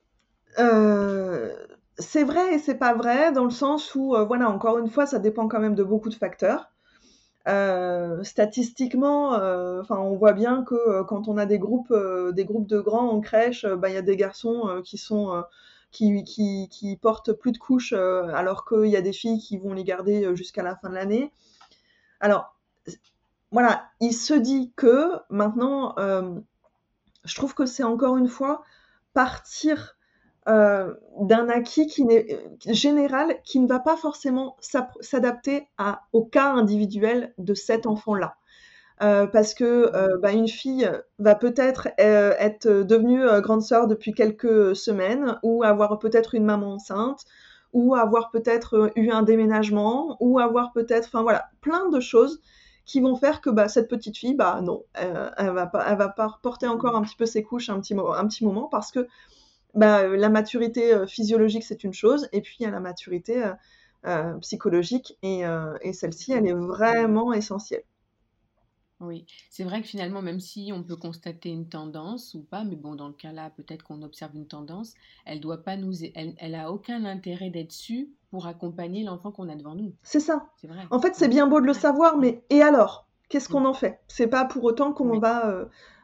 euh, c'est vrai et c'est pas vrai, dans le sens où, euh, voilà, encore une fois, ça dépend quand même de beaucoup de facteurs. Euh, statistiquement, euh, enfin, on voit bien que euh, quand on a des groupes, euh, des groupes de grands en crèche, il bah, y a des garçons euh, qui sont euh, qui, qui, qui portent plus de couches, euh, alors qu'il y a des filles qui vont les garder jusqu'à la fin de l'année. Alors, voilà, il se dit que maintenant, euh, je trouve que c'est encore une fois partir euh, d'un acquis qui n'est, euh, général qui ne va pas forcément s'adapter à, au cas individuel de cet enfant-là. Euh, parce que euh, bah, une fille va peut-être euh, être devenue euh, grande sœur depuis quelques semaines, ou avoir peut-être une maman enceinte, ou avoir peut-être eu un déménagement, ou avoir peut-être, enfin voilà, plein de choses qui vont faire que bah, cette petite fille, bah non, euh, elle va pas, elle va pas porter encore un petit peu ses couches un petit, un petit moment, parce que bah, la maturité euh, physiologique c'est une chose, et puis il y a la maturité euh, euh, psychologique, et, euh, et celle-ci elle est vraiment essentielle. Oui, c'est vrai que finalement, même si on peut constater une tendance ou pas, mais bon, dans le cas là, peut-être qu'on observe une tendance, elle doit pas nous, elle, elle a aucun intérêt d'être su pour accompagner l'enfant qu'on a devant nous. C'est ça. C'est vrai. En fait, c'est bien beau de le savoir, mais et alors? Qu'est-ce qu'on en fait? C'est pas pour autant qu'on Oui. va euh,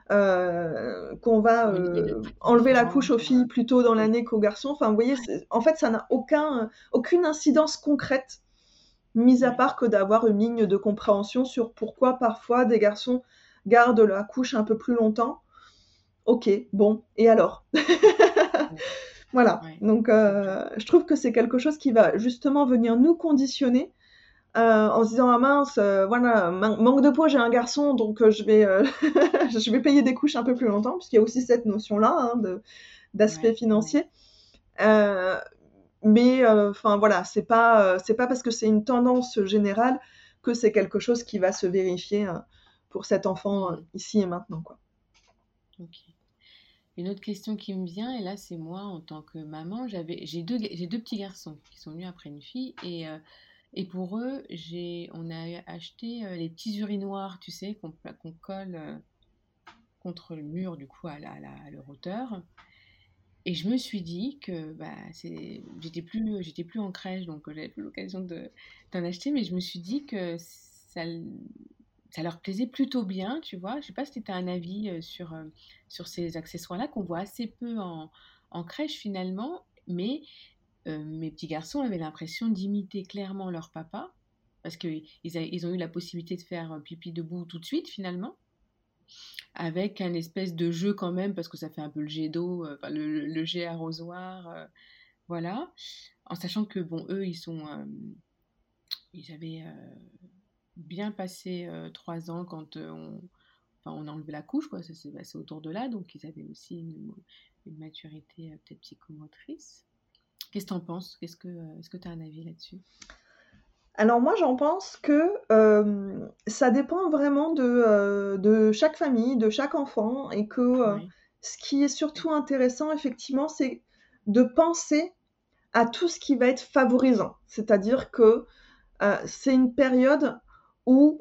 euh, qu'on va Oui, il y a de euh, très enlever la différents couche aux pour, heu filles plus tôt dans l'année qu'aux garçons. Enfin, vous voyez, c'est- en fait, ça n'a aucun, aucune incidence concrète, mis à ouais. part que d'avoir une ligne de compréhension sur pourquoi parfois des garçons gardent la couche un peu plus longtemps. Ok, bon, et alors? Ouais, Voilà, ouais, donc c'est vrai. euh, je trouve que c'est quelque chose qui va justement venir nous conditionner euh, en se disant ah mince, euh, voilà, man- manque de peau, j'ai un garçon, donc euh, je vais euh, je vais payer des couches un peu plus longtemps, parce qu'il y a aussi cette notion-là hein, de, d'aspect Ouais, ouais. financier. Euh, mais enfin voilà, c'est pas euh, c'est pas parce que c'est une tendance générale que c'est quelque chose qui va se vérifier euh, pour cet enfant euh, Mmh. ici et maintenant, quoi. OK. Une autre question qui me vient, et là, c'est moi en tant que maman, j'avais j'ai deux j'ai deux petits garçons qui sont venus après une fille et heu et pour eux, j'ai on a acheté, heu, les petits urinoirs, tu sais, qu'on qu'on colle, heu, contre le mur, du coup, à la à la à leur hauteur. Et je me suis dit que bah, c'est, j'étais plus, j'étais plus en crèche, donc j'avais plus l'occasion de, d'en acheter, mais je me suis dit que ça, ça leur plaisait plutôt bien, tu vois. Je sais pas si tu as un avis euh, sur, euh, sur ces accessoires-là qu'on voit assez peu en, en crèche finalement, mais euh, mes petits garçons avaient l'impression d'imiter clairement leur papa, parce qu'ils ils ont eu la possibilité de faire pipi debout tout de suite finalement avec un espèce de jeu quand même, parce que ça fait un peu le jet d'eau, euh, enfin, le, le jet arrosoir, euh, voilà. En sachant que, bon, eux, ils sont, euh, ils avaient euh, bien passé euh, trois ans quand euh, on, enfin, on a enlevé la couche, quoi, ça s'est passé autour de là, donc ils avaient aussi une, une maturité euh, peut-être psychomotrice. Qu'est-ce que t'en penses? Qu'est-ce que, euh, est-ce que tu as un avis là-dessus? Alors moi j'en pense que euh, ça dépend vraiment de, euh, de chaque famille, de chaque enfant, et que euh, Ouais. ce qui est surtout intéressant effectivement, c'est de penser à tout ce qui va être favorisant. C'est-à-dire que euh, c'est une période où,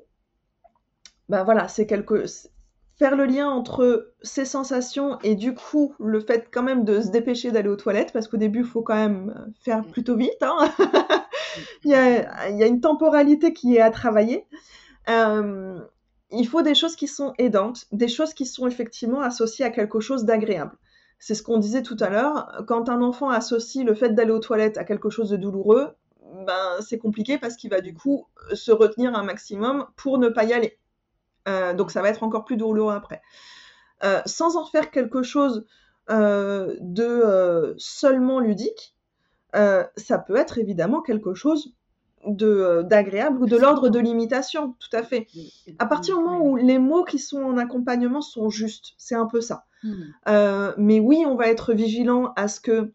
ben voilà, c'est quelque faire le lien entre ces sensations et du coup le fait quand même de se dépêcher d'aller aux toilettes, parce qu'au début il faut quand même faire Mm, plutôt vite, hein. mm, il, y a, il y a une temporalité qui est à travailler. Euh, il faut des choses qui sont aidantes, des choses qui sont effectivement associées à quelque chose d'agréable. C'est ce qu'on disait tout à l'heure, quand un enfant associe le fait d'aller aux toilettes à quelque chose de douloureux, ben, c'est compliqué parce qu'il va du mm, coup se retenir un maximum pour ne pas y aller. Euh, donc mm, ça va être encore plus douloureux après. Euh, sans en faire quelque chose euh, de euh, seulement ludique, euh, ça peut être évidemment quelque chose de, euh, d'agréable ou de l'ordre de Facilitant. l'imitation, tout à fait. Oui, oui, À partir du oui, moment où oui. les mots qui sont en accompagnement sont justes, c'est un peu ça. Mm, Euh, mais oui, on va être vigilant à ce que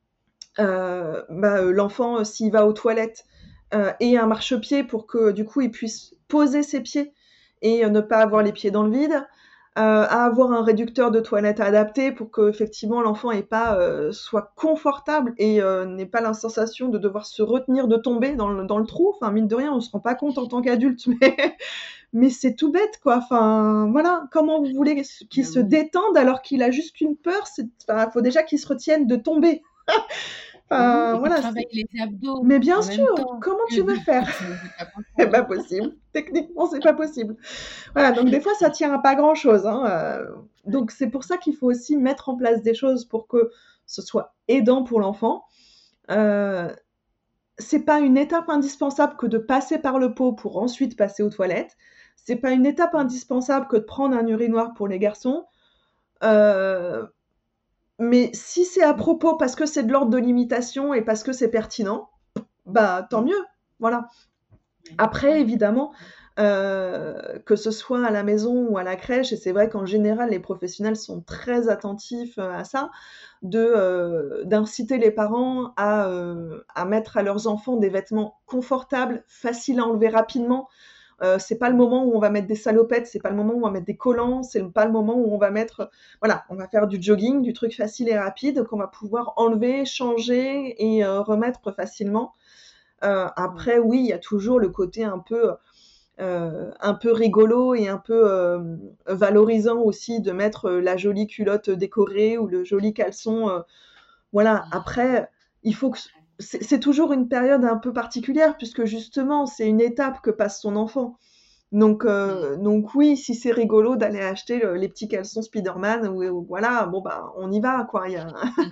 euh, bah, euh, l'enfant, euh, s'il va aux toilettes, euh, ait un marchepied pour que du coup il puisse poser ses pieds et euh, ne pas avoir les pieds dans le vide. Euh, à avoir un réducteur de toilette adapté pour que effectivement l'enfant ait pas euh, soit confortable et euh, n'ait pas la sensation de devoir se retenir de tomber dans le, dans le trou. Enfin mine de rien, on se rend pas compte en tant qu'adulte, mais mais c'est tout bête quoi. Enfin voilà, comment vous voulez qu'il bah se oui. détende alors qu'il a juste qu'une peur? C'est, enfin, faut déjà qu'il se retienne de tomber. Oui, Enfin et qu'il voilà, travaille c'est. les abdos Mais bien en même sûr, temps comment que tu de veux faire? ça c'est pas C'est pas possible. possible. Techniquement, c'est pas possible. Voilà, donc des fois, ça tient à pas grand-chose, hein, euh, Ouais. donc c'est pour ça qu'il faut aussi mettre en place des choses pour que ce soit aidant pour l'enfant. Euh, c'est pas une étape indispensable que de passer par le pot pour ensuite passer aux toilettes. C'est pas une étape Mmh. indispensable que de prendre un urinoir pour les garçons. Euh, mais si c'est à propos parce que c'est de l'ordre de l'imitation et parce que c'est pertinent, bah tant Mmh. mieux. Voilà. Ouais. Après, Ouais. évidemment, euh, que ce soit à la maison ou à la crèche, et c'est vrai qu'en général, les professionnels sont très attentifs euh, à ça, de, euh, d'inciter les parents à, euh, à mettre à leurs enfants des vêtements confortables, faciles à enlever rapidement. Euh, c'est pas le moment où on va mettre des salopettes, c'est pas le moment où on va mettre des collants, c'est pas le moment où on va mettre, voilà, on va faire du jogging, du truc facile et rapide qu'on va pouvoir enlever, changer et euh, remettre facilement. Euh, Ouais. après, oui, il y a toujours le côté un peu, euh, un peu rigolo et un peu euh, valorisant aussi de mettre la jolie culotte décorée ou le joli caleçon. Euh, voilà. Après, il faut que c'est, c'est toujours une période un peu particulière puisque justement c'est une étape que passe son enfant. Donc, Mm. euh, donc oui, si c'est rigolo d'aller acheter le- les petits caleçons Spider-Man, ou, ou voilà, bon bah on y va quoi. Il y a...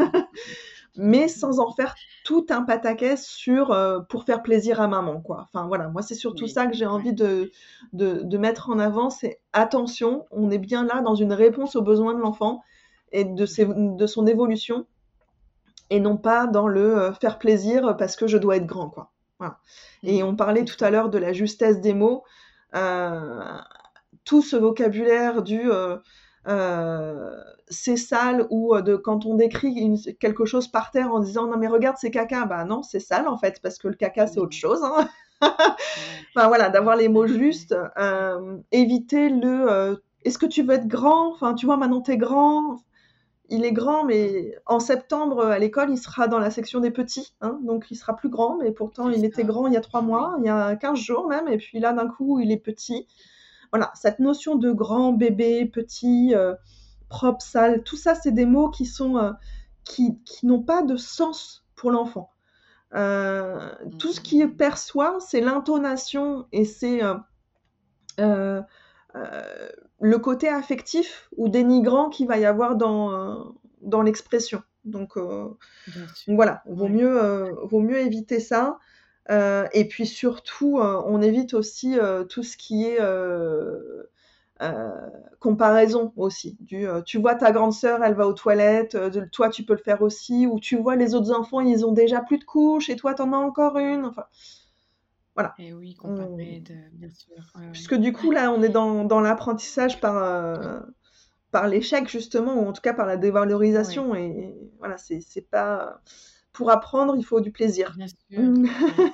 Mais sans en faire tout un pataquès sur euh, pour faire plaisir à maman quoi. Enfin voilà, moi c'est surtout Oui, ça que j'ai ouais. envie de, de, de mettre en avant, c'est attention, on est bien là dans une réponse aux besoins de l'enfant et de, ses, de son évolution, et non pas dans le euh, faire plaisir parce que je dois être grand quoi. Voilà. Et Mm. on parlait C'est tout ça. à l'heure de la justesse des mots. Euh, tout ce vocabulaire du euh, euh, c'est sale, ou euh, de quand on décrit une, quelque chose par terre en disant non mais regarde c'est caca, bah non c'est sale en fait parce que le caca c'est autre Non. chose, hein. Ouais, Enfin voilà, d'avoir ouais, les mots ouais, ouais. justes, euh, éviter le euh, est-ce que tu veux être grand, enfin tu vois maintenant t'es grand, il est grand mais en septembre à l'école il sera dans la section des petits, hein, donc il sera plus grand, mais pourtant C'est il était ça. grand il y a trois Ah mois, oui. il y a quinze jours même, et puis là d'un coup il est petit. Voilà, cette notion de grand, bébé, petit, euh, propre, sale, tout ça, c'est des mots qui sont euh, qui, qui n'ont pas de sens pour l'enfant. Euh, Mm, tout ce mm, qu'il mm. perçoit, c'est l'intonation et c'est euh, euh, euh, le côté affectif ou dénigrant qu'il va y avoir dans, euh, dans l'expression. Donc, euh, Bien donc sûr. voilà, vaut Ouais. mieux, euh, vaut mieux éviter ça. Euh, et puis surtout, euh, on évite aussi euh, tout ce qui est euh, euh, comparaison aussi. Du, euh, tu vois ta grande sœur, elle va aux toilettes, euh, de- toi tu peux le faire aussi, ou tu vois les autres enfants, ils ont déjà plus de couches et toi t'en as encore une. Enfin, voilà. Et oui, On- comparer, de... bien sûr. Ouais, ouais. Puisque du coup là, on est dans, dans l'apprentissage par euh, par l'échec justement, ou en tout cas par la Ouais, dévalorisation. Et, et voilà, c'est c'est pas pour apprendre, il faut du plaisir. bien sûr. Ouais.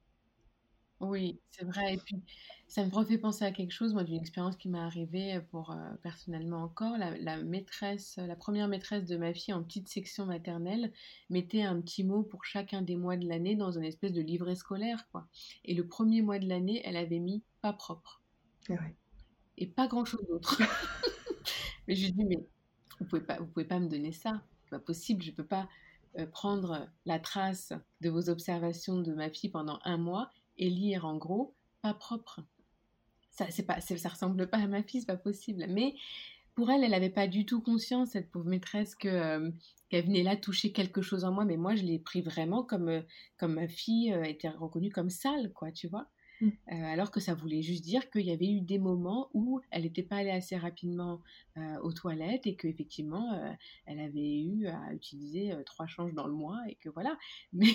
Oui, c'est vrai. Et puis, ça me refait penser à quelque chose, moi, d'une expérience qui m'est arrivée pour euh, personnellement encore. La, la maîtresse, la première maîtresse de ma fille en petite section maternelle mettait un petit mot pour chacun des mois de l'année dans une espèce de livret scolaire, quoi. Et le premier mois de l'année, elle avait mis pas propre Ouais. et pas grand-chose d'autre. Mais je lui dis, mais vous pouvez pas, vous pouvez pas me donner ça. C'est pas possible. Je peux pas euh, prendre la trace de vos observations de ma fille pendant un mois et lire en gros pas propre. Ça, c'est pas, c'est- ça ressemble pas à ma fille, c'est pas possible. Mais pour elle, elle n'avait pas du tout conscience, cette pauvre maîtresse, que, euh, qu'elle venait là toucher quelque chose en moi. Mais moi, je l'ai pris vraiment comme, euh, comme ma fille euh, était reconnue comme sale, quoi, tu vois. Mm. Euh, alors que ça voulait juste dire qu'il y avait eu des moments où elle n'était pas allée assez rapidement euh, aux toilettes et qu'effectivement, euh, elle avait eu à utiliser euh, trois changes dans le mois et que voilà. Mais,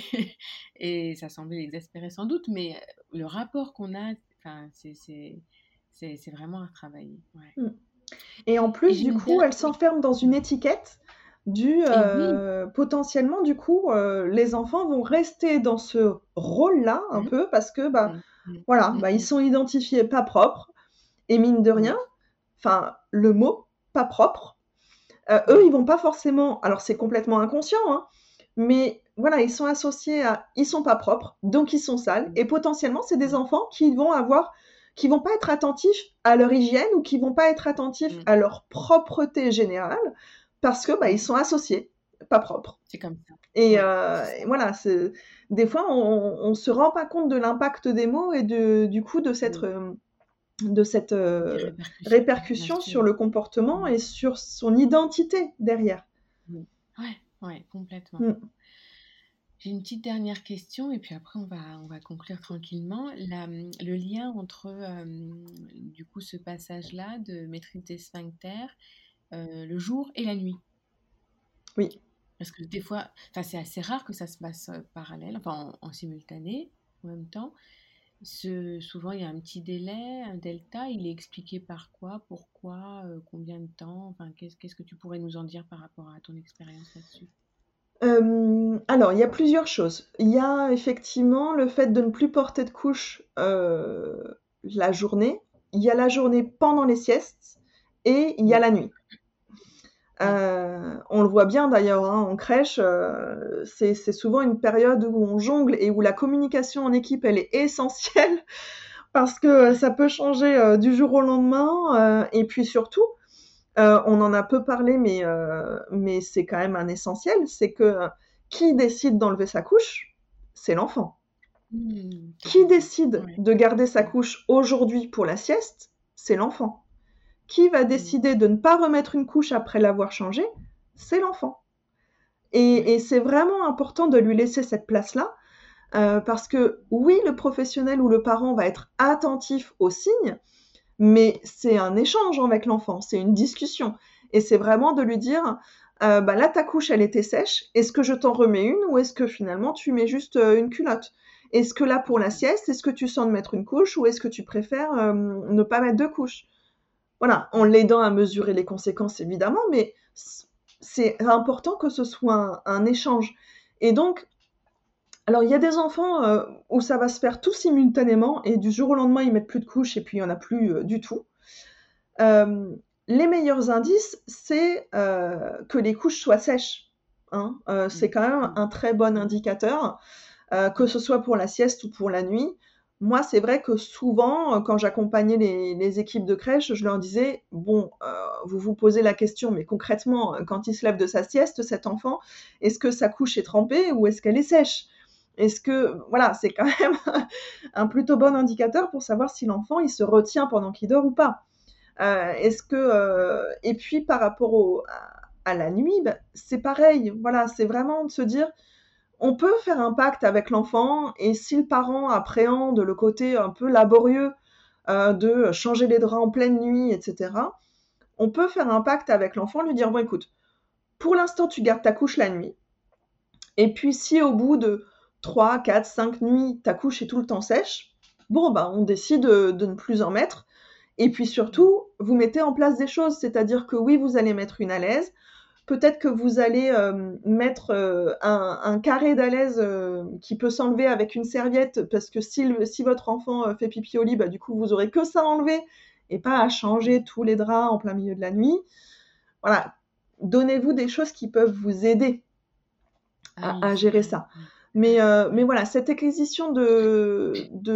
et ça semblait l'exaspérer sans doute, mais euh, le rapport qu'on a, enfin, c'est, c'est, c'est, c'est vraiment à travailler. Ouais. Mm. Et en Et plus, j'ai du une coup, dernière... elle s'enferme dans une étiquette du Et oui, euh, potentiellement, du coup, euh, les enfants vont rester dans ce rôle-là un mm, peu parce que, bah, mm, mm, voilà, mm, bah, ils mm, sont identifiés pas propres, et mine de rien, oui, enfin, le mot pas propre, euh, eux, ils oui, vont pas forcément, alors c'est complètement inconscient, hein, mais voilà, ils sont associés à, ils sont pas propres, donc ils sont sales, mm, et potentiellement, c'est des mm, enfants qui vont avoir, qui vont pas être attentifs à leur hygiène, ou qui vont pas être attentifs mm, à leur propreté générale, parce que bah, ils mm. sont associés, pas propres. C'est comme ça. Et, Oui, euh, c'est ça. et voilà, c'est, des fois, on, on se rend pas compte de l'impact des mots et de, du coup de cette, Mm. euh, de cette Des euh, répercussions, bien répercussion sûr. sur le comportement Mm, et sur son identité derrière. mm. Ouais, ouais, complètement. Mm. J'ai une petite dernière question et puis après on va, on va conclure tranquillement. La- le lien entre euh, du coup ce passage-là de maîtrise des sphincters, euh, le jour et la nuit. Oui. Parce que des fois, enfin c'est assez rare que ça se passe euh, parallèle, enfin en, en simultané en même temps. Ce, souvent il y a un petit délai, un delta. Il est expliqué par quoi, pourquoi, euh, combien de temps. Enfin qu'est-ce, qu'est-ce que tu pourrais nous en dire par rapport à ton expérience là-dessus? Euh, alors, il y a plusieurs choses. Il y a effectivement le fait de ne plus porter de couche euh, la journée. Il y a la journée pendant les siestes et il y a Mm, la nuit. mm, Euh, on le voit bien d'ailleurs, hein, en crèche, euh, c'est c'est souvent une période où on jongle et où la communication en équipe, elle est essentielle parce que euh, ça peut changer euh, du jour au lendemain. Euh, et puis surtout, euh, on en a peu parlé, mais, euh, mais c'est quand même un essentiel, c'est que euh, qui décide d'enlever sa couche? C'est l'enfant. Mmh, tout Qui à fait. décide Ouais. de garder sa couche aujourd'hui pour la sieste? C'est l'enfant. Qui va Mmh. décider de ne pas remettre une couche après l'avoir changée? C'est l'enfant. Et, Ouais. et c'est vraiment important de lui laisser cette place-là, euh, parce que oui, le professionnel ou le parent va être attentif aux signes, mais c'est un échange avec l'enfant, c'est une discussion. Et c'est vraiment de lui dire, euh, bah là ta couche elle était sèche, est-ce que je t'en remets une ou est-ce que finalement tu mets juste euh, une culotte? Est-ce que là pour la sieste, est-ce que tu sens de mettre une couche ou est-ce que tu préfères euh, ne pas mettre deux couches? Voilà, en l'aidant à mesurer les conséquences évidemment, mais c'est important que ce soit un, un échange. Et donc, alors il y a des enfants euh, où ça va se faire tout simultanément et du jour au lendemain ils mettent plus de couches et puis il y en a plus euh, du tout. Euh, les meilleurs indices, c'est euh, que les couches soient sèches. Hein. Euh, c'est quand même un très bon indicateur, euh, que ce soit pour la sieste ou pour la nuit. Moi, c'est vrai que souvent, quand j'accompagnais les, les équipes de crèche, je leur disais, bon, euh, vous vous posez la question, mais concrètement, quand il se lève de sa sieste, cet enfant, est-ce que sa couche est trempée ou est-ce qu'elle est sèche? Est-ce que, voilà, c'est quand même un plutôt bon indicateur pour savoir si l'enfant, il se retient pendant qu'il dort ou pas. Euh, est-ce que euh, et puis par rapport au, à, à la nuit, bah, c'est pareil. Voilà, c'est vraiment de se dire, on peut faire un pacte avec l'enfant et si le parent appréhende le côté un peu laborieux euh, de changer les draps en pleine nuit, et cetera, on peut faire un pacte avec l'enfant, lui dire bon écoute, pour l'instant tu gardes ta couche la nuit. Et puis si au bout de trois, quatre, cinq nuits, ta couche est tout le temps sèche, bon bah on décide de, de ne plus en mettre. Et puis surtout, vous mettez en place des choses, c'est-à-dire que oui, vous allez mettre une alaise, peut-être que vous allez euh, mettre euh, un, un carré d'alaise euh, qui peut s'enlever avec une serviette, parce que si, le, si votre enfant euh, fait pipi au lit, bah, du coup, vous aurez que ça à enlever et pas à changer tous les draps en plein milieu de la nuit. Voilà, donnez-vous des choses qui peuvent vous aider à, Ah oui, à c'est gérer vrai. ça. Mais, euh, mais voilà, cette acquisition de,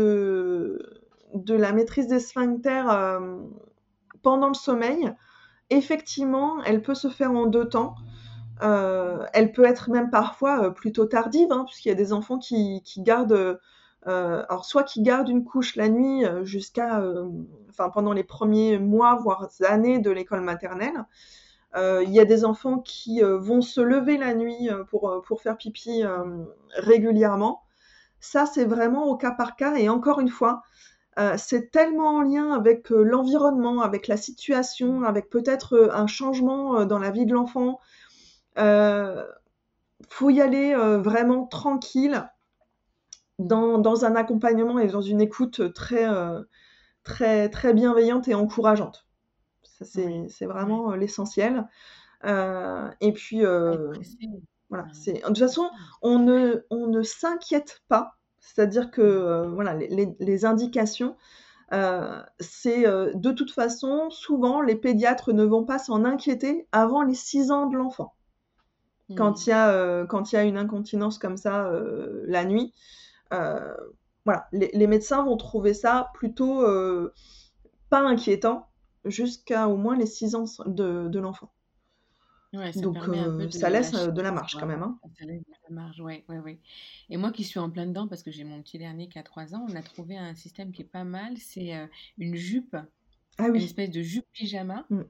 de, de la maîtrise des sphincters euh, pendant le sommeil, effectivement, elle peut se faire en deux temps. Euh, elle peut être même parfois euh, plutôt tardive, hein, puisqu'il y a des enfants qui, qui gardent, euh, alors soit qui gardent une couche la nuit euh, jusqu'à, euh, enfin pendant les premiers mois voire années de l'école maternelle. Euh, il y a des enfants qui euh, vont se lever la nuit euh, pour, pour faire pipi euh, régulièrement. Ça, c'est vraiment au cas par cas. Et encore une fois, euh, c'est tellement en lien avec euh, l'environnement, avec la situation, avec peut-être euh, un changement euh, dans la vie de l'enfant. Euh, faut y aller euh, vraiment tranquille, dans, dans un accompagnement et dans une écoute très, euh, très, très bienveillante et encourageante. Ça, c'est, Oui. c'est Ouais. vraiment euh, l'essentiel. Euh, et puis, Pas euh, être pressé. voilà, Enfin, c'est, de toute façon, on ne, on ne s'inquiète pas. C'est-à-dire que euh, voilà, les, les, les indications, euh, c'est euh, de toute façon, souvent, les pédiatres ne vont pas s'en inquiéter avant les six ans de l'enfant. Quand il y a, euh, quand il y a une incontinence comme ça euh, la nuit, euh, voilà, les, les médecins vont trouver ça plutôt euh, pas inquiétant jusqu'à au moins les six ans de, de l'enfant. Ouais, ça Donc permet un peu euh, de ça laisse lâcher euh, de la prise, marge quand quoi. même. Hein. Ça laisse de la marge, ouais, ouais, ouais. Et moi qui suis en plein dedans, parce que j'ai mon petit dernier qui a trois ans, on a trouvé un système qui est pas mal. C'est euh, une jupe, Ah une oui. espèce de jupe pyjama, Mm.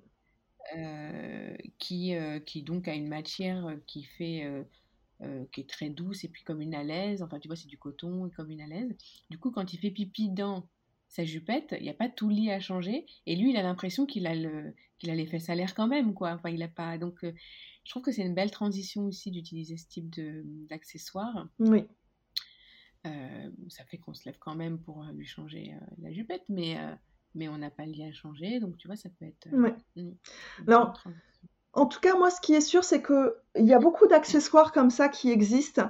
euh, qui, euh, qui donc a une matière euh, qui fait, euh, euh, qui est très douce et puis comme une alaise. Enfin, tu vois, c'est du coton et comme une alaise. Du coup, quand il fait pipi dans sa jupette, il n'y a pas tout le lit à changer. Et lui, il a l'impression qu'il a le, qu'il a les fesses à l'air quand même, quoi. Enfin, il a pas. Donc, euh, je trouve que c'est une belle transition aussi d'utiliser ce type de, d'accessoire. Oui. Euh, ça fait qu'on se lève quand même pour euh, lui changer euh, la jupette, mais, euh, mais on n'a pas le lit à changer. Donc, tu vois, ça peut être Ouais. euh, une, une bonne Alors, transition. en tout cas, moi, ce qui est sûr, c'est qu'il y a beaucoup d'accessoires comme ça qui existent.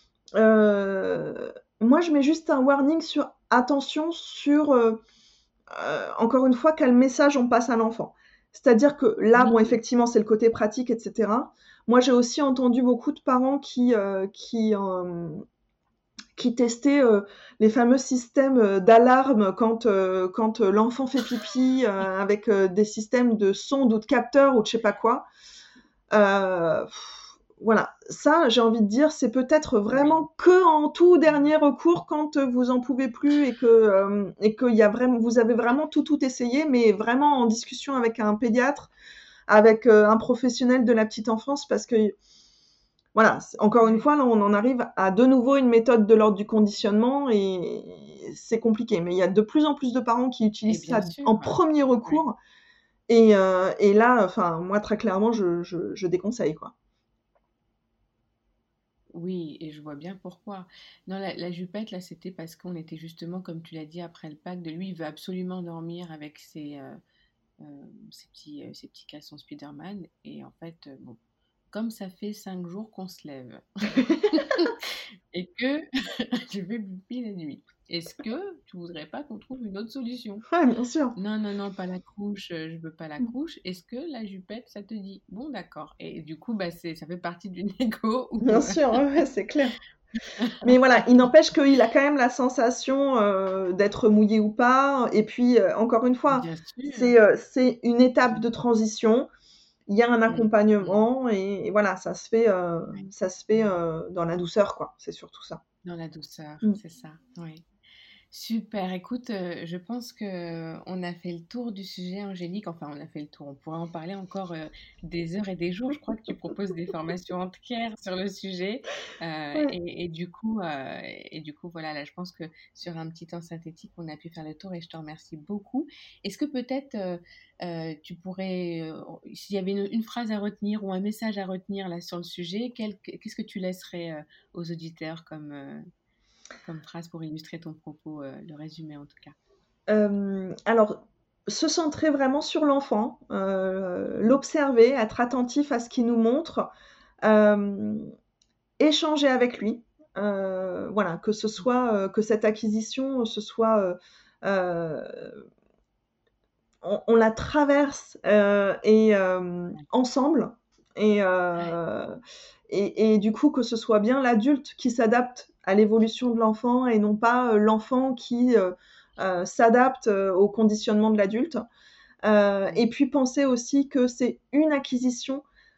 Euh, moi, je mets juste un warning sur attention sur, euh, euh, encore une fois, quel message on passe à l'enfant. C'est-à-dire que là, bon, Oui. effectivement, c'est le côté pratique, et cetera. Moi, j'ai aussi entendu beaucoup de parents qui, euh, qui, euh, qui testaient euh, les fameux systèmes euh, d'alarme quand, euh, quand euh, l'enfant fait pipi, euh, avec euh, des systèmes de sonde ou de capteurs ou de je sais pas quoi. Euh, pff, voilà, ça, j'ai envie de dire, c'est peut-être Oui. vraiment que en tout dernier recours quand euh, vous en pouvez plus et que euh, et que y a vraiment, vous avez vraiment tout tout essayé, mais vraiment en discussion avec un pédiatre, avec euh, un professionnel de la petite enfance, parce que voilà, c'est- encore une Ouais. fois, là, on en arrive à de nouveau une méthode de l'ordre du conditionnement et c'est compliqué. Mais il y a de plus en plus de parents qui Et utilisent bien ça en sûr. premier Ouais. recours et, euh, et là, enfin, moi, très clairement, je, je, je déconseille, quoi. Oui, et je vois bien pourquoi. Non, la, la jupette, là, c'était parce qu'on était justement, comme tu l'as dit, après le Pâques, de lui, il veut absolument dormir avec ses, euh, euh, ses petits, euh, ses petits caleçons Spider-Man. Et en fait, euh, bon, comme ça fait cinq jours qu'on se lève et que je vais pipi la nuit, est-ce que tu voudrais pas qu'on trouve une autre solution? Ouais, bien sûr. Non, non, non, pas la couche, euh, je veux pas la couche. Est-ce que la jupette, ça te dit? Bon, d'accord. Et du coup, bah, c'est, ça fait partie du négo Bien où... euh, sûr, ouais, ouais, c'est clair. Mais voilà, il n'empêche qu'il a quand même la sensation euh, d'être mouillé ou pas. Et puis, euh, encore une fois, Bien sûr. c'est euh, c'est une étape Mm, de transition. Il y a un mm, mm. accompagnement et, et voilà, ça se fait, euh, Ouais. ça se fait euh, dans la douceur, quoi. C'est surtout ça. Dans la douceur, Mm. c'est ça. Oui. Super, écoute, euh, je pense que euh, on a fait le tour du sujet, Angélique. Enfin, on a fait le tour. On pourrait en parler encore euh, des heures et des jours. Je crois que tu proposes des formations entières sur le sujet. Euh, Ouais. et, et du coup, euh, et du coup, voilà, là, je pense que sur un petit temps synthétique, on a pu faire le tour et je te remercie beaucoup. Est-ce que peut-être euh, euh, tu pourrais, euh, s'il y avait une, une phrase à retenir ou un message à retenir là sur le sujet, quel- qu'est-ce que tu laisserais euh, aux auditeurs comme, euh, comme phrase pour illustrer ton propos, euh, le résumé en tout cas. Euh, alors, se centrer vraiment sur l'enfant, euh, l'observer, être attentif à ce qu'il nous montre, euh, échanger avec lui. Euh, voilà, que ce soit euh, que cette acquisition, ce soit euh, euh, on, on la traverse euh, et euh, ensemble et, euh, et, et du coup que ce soit bien l'adulte qui s'adapte à l'évolution de l'enfant et non pas euh, l'enfant qui euh, euh, s'adapte euh, au conditionnement de l'adulte. Euh, et puis penser aussi que c'est une acquisition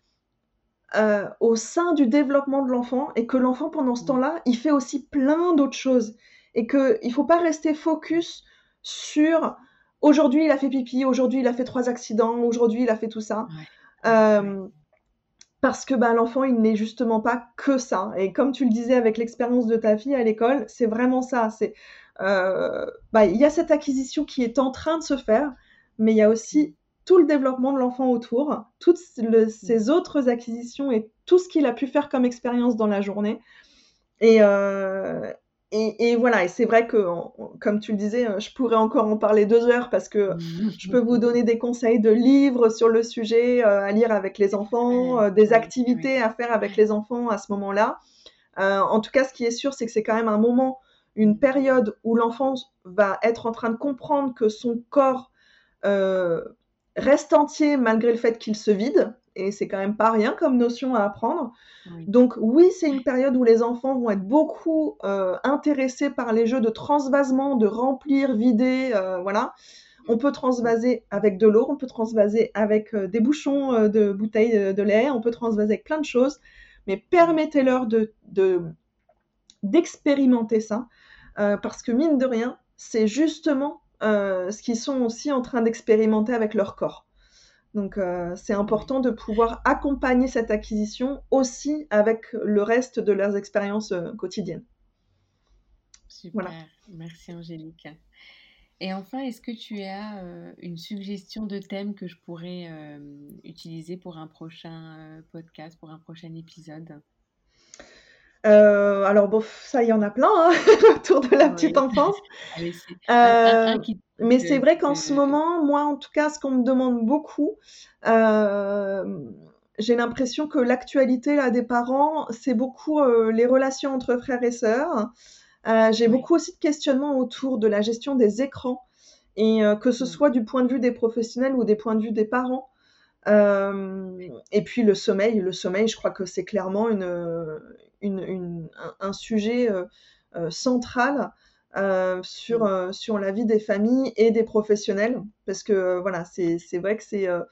euh, au sein du développement de l'enfant et que l'enfant pendant ce temps-là, il fait aussi plein d'autres choses et qu'il ne faut pas rester focus sur aujourd'hui il a fait pipi, aujourd'hui il a fait trois accidents, aujourd'hui il a fait tout ça. Ouais, ouais, ouais. Euh, parce que bah, l'enfant, il n'est justement pas que ça. Et comme tu le disais avec l'expérience de ta fille à l'école, c'est vraiment ça. C'est, euh, bah, il y a cette acquisition qui est en train de se faire, mais il y a Mm, aussi tout le développement de l'enfant autour, toutes le- mm. ses autres acquisitions et tout ce qu'il a pu faire comme expérience dans la journée. Et, euh, et, et voilà, et c'est vrai que, en- comme tu le disais, euh, je pourrais encore en parler deux heures parce que je peux vous donner des conseils de livres sur le sujet euh, à lire avec les enfants, Ouais, euh, des ouais, ouais, activités à faire avec ouais. les enfants à ce moment-là. Euh, en tout cas, ce qui est sûr, c'est que c'est quand même un moment, une période où l'enfant va être en train de comprendre que son corps euh, reste entier malgré le fait qu'il se vide. Et c'est quand même pas rien comme notion à apprendre. Oui, Donc oui, c'est une période où les enfants vont être beaucoup euh, intéressés par les jeux de transvasement, de remplir, vider, euh, voilà. On peut transvaser avec de l'eau, on peut transvaser avec euh, des bouchons euh, de bouteilles de, de lait, on peut transvaser avec plein de choses, mais permettez-leur de, de, d'expérimenter ça, euh, parce que mine de rien, c'est justement euh, ce qu'ils sont aussi en train d'expérimenter avec leur corps. Donc euh, c'est oui. important de pouvoir accompagner cette acquisition aussi avec le reste de leurs expériences euh, quotidiennes. Voilà. Super. Merci Angélique. Et enfin, est-ce que tu as euh, une suggestion de thème que je pourrais euh, utiliser pour un prochain euh, podcast, pour un prochain épisode? Euh, alors bon, ça il y en a plein hein, autour de la petite Oui. enfance. Allez, c'est un, un, Euh, un qui, mais c'est te- vrai qui qu'en ce te... moment, moi en tout cas, ce qu'on me demande beaucoup, euh, j'ai l'impression que l'actualité là des parents, c'est beaucoup euh, les relations entre frères et sœurs. Euh, j'ai Oui. beaucoup aussi de questionnements autour de la gestion des écrans et euh, que ce Mm. soit du point de vue des professionnels ou des points de vue des parents. Euh, et puis le sommeil, le sommeil, je crois que c'est clairement une, une, une, un, un sujet euh, euh, central euh, sur, Mm. euh, sur la vie des familles et des professionnels, parce que euh, voilà, c'est, c'est vrai que c'est euh,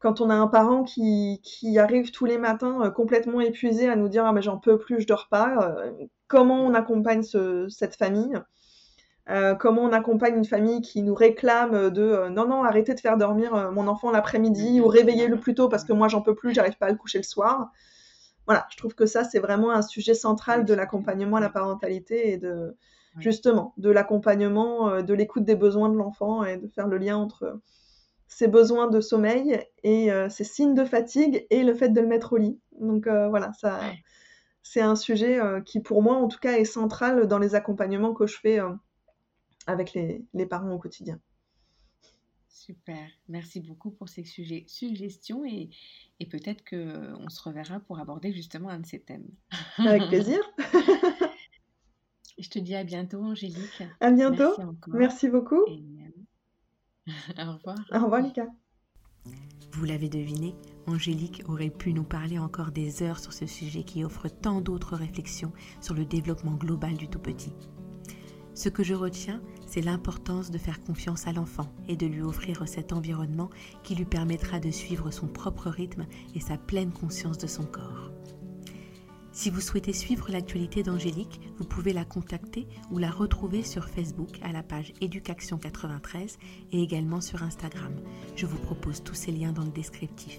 quand on a un parent qui, qui arrive tous les matins euh, complètement épuisé à nous dire « Ah mais j'en peux plus, je dors pas euh, », comment on accompagne ce, cette famille euh, comment on accompagne une famille qui nous réclame de euh, « Non, non, arrêtez de faire dormir euh, mon enfant l'après-midi ou réveillez-le plus tôt parce que moi j'en peux plus, j'arrive pas à le coucher le soir ». Voilà, je trouve que ça, c'est vraiment un sujet central de l'accompagnement à la parentalité et de, justement, de l'accompagnement, euh, de l'écoute des besoins de l'enfant et de faire le lien entre ses besoins de sommeil et euh, ses signes de fatigue et le fait de le mettre au lit. Donc euh, voilà, ça, Ouais. c'est un sujet euh, qui, pour moi, en tout cas, est central dans les accompagnements que je fais euh, avec les, les parents au quotidien. Super, merci beaucoup pour ces sujets, suggestions et, et peut-être qu'on se reverra pour aborder justement un de ces thèmes. Avec plaisir. Je te dis à bientôt, Angélique. À bientôt. Merci encore. Merci beaucoup. Et... Au revoir. Au revoir, Lucas. Vous l'avez deviné, Angélique aurait pu nous parler encore des heures sur ce sujet qui offre tant d'autres réflexions sur le développement global du tout-petit. Ce que je retiens, c'est l'importance de faire confiance à l'enfant et de lui offrir cet environnement qui lui permettra de suivre son propre rythme et sa pleine conscience de son corps. Si vous souhaitez suivre l'actualité d'Angélique, vous pouvez la contacter ou la retrouver sur Facebook à la page Éducation quatre-vingt-treize et également sur Instagram. Je vous propose tous ces liens dans le descriptif.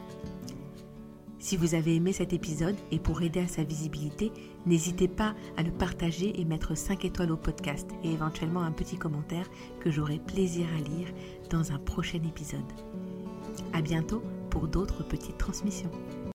Si vous avez aimé cet épisode et pour aider à sa visibilité, n'hésitez pas à le partager et mettre cinq étoiles au podcast et éventuellement un petit commentaire que j'aurai plaisir à lire dans un prochain épisode. À bientôt pour d'autres petites transmissions.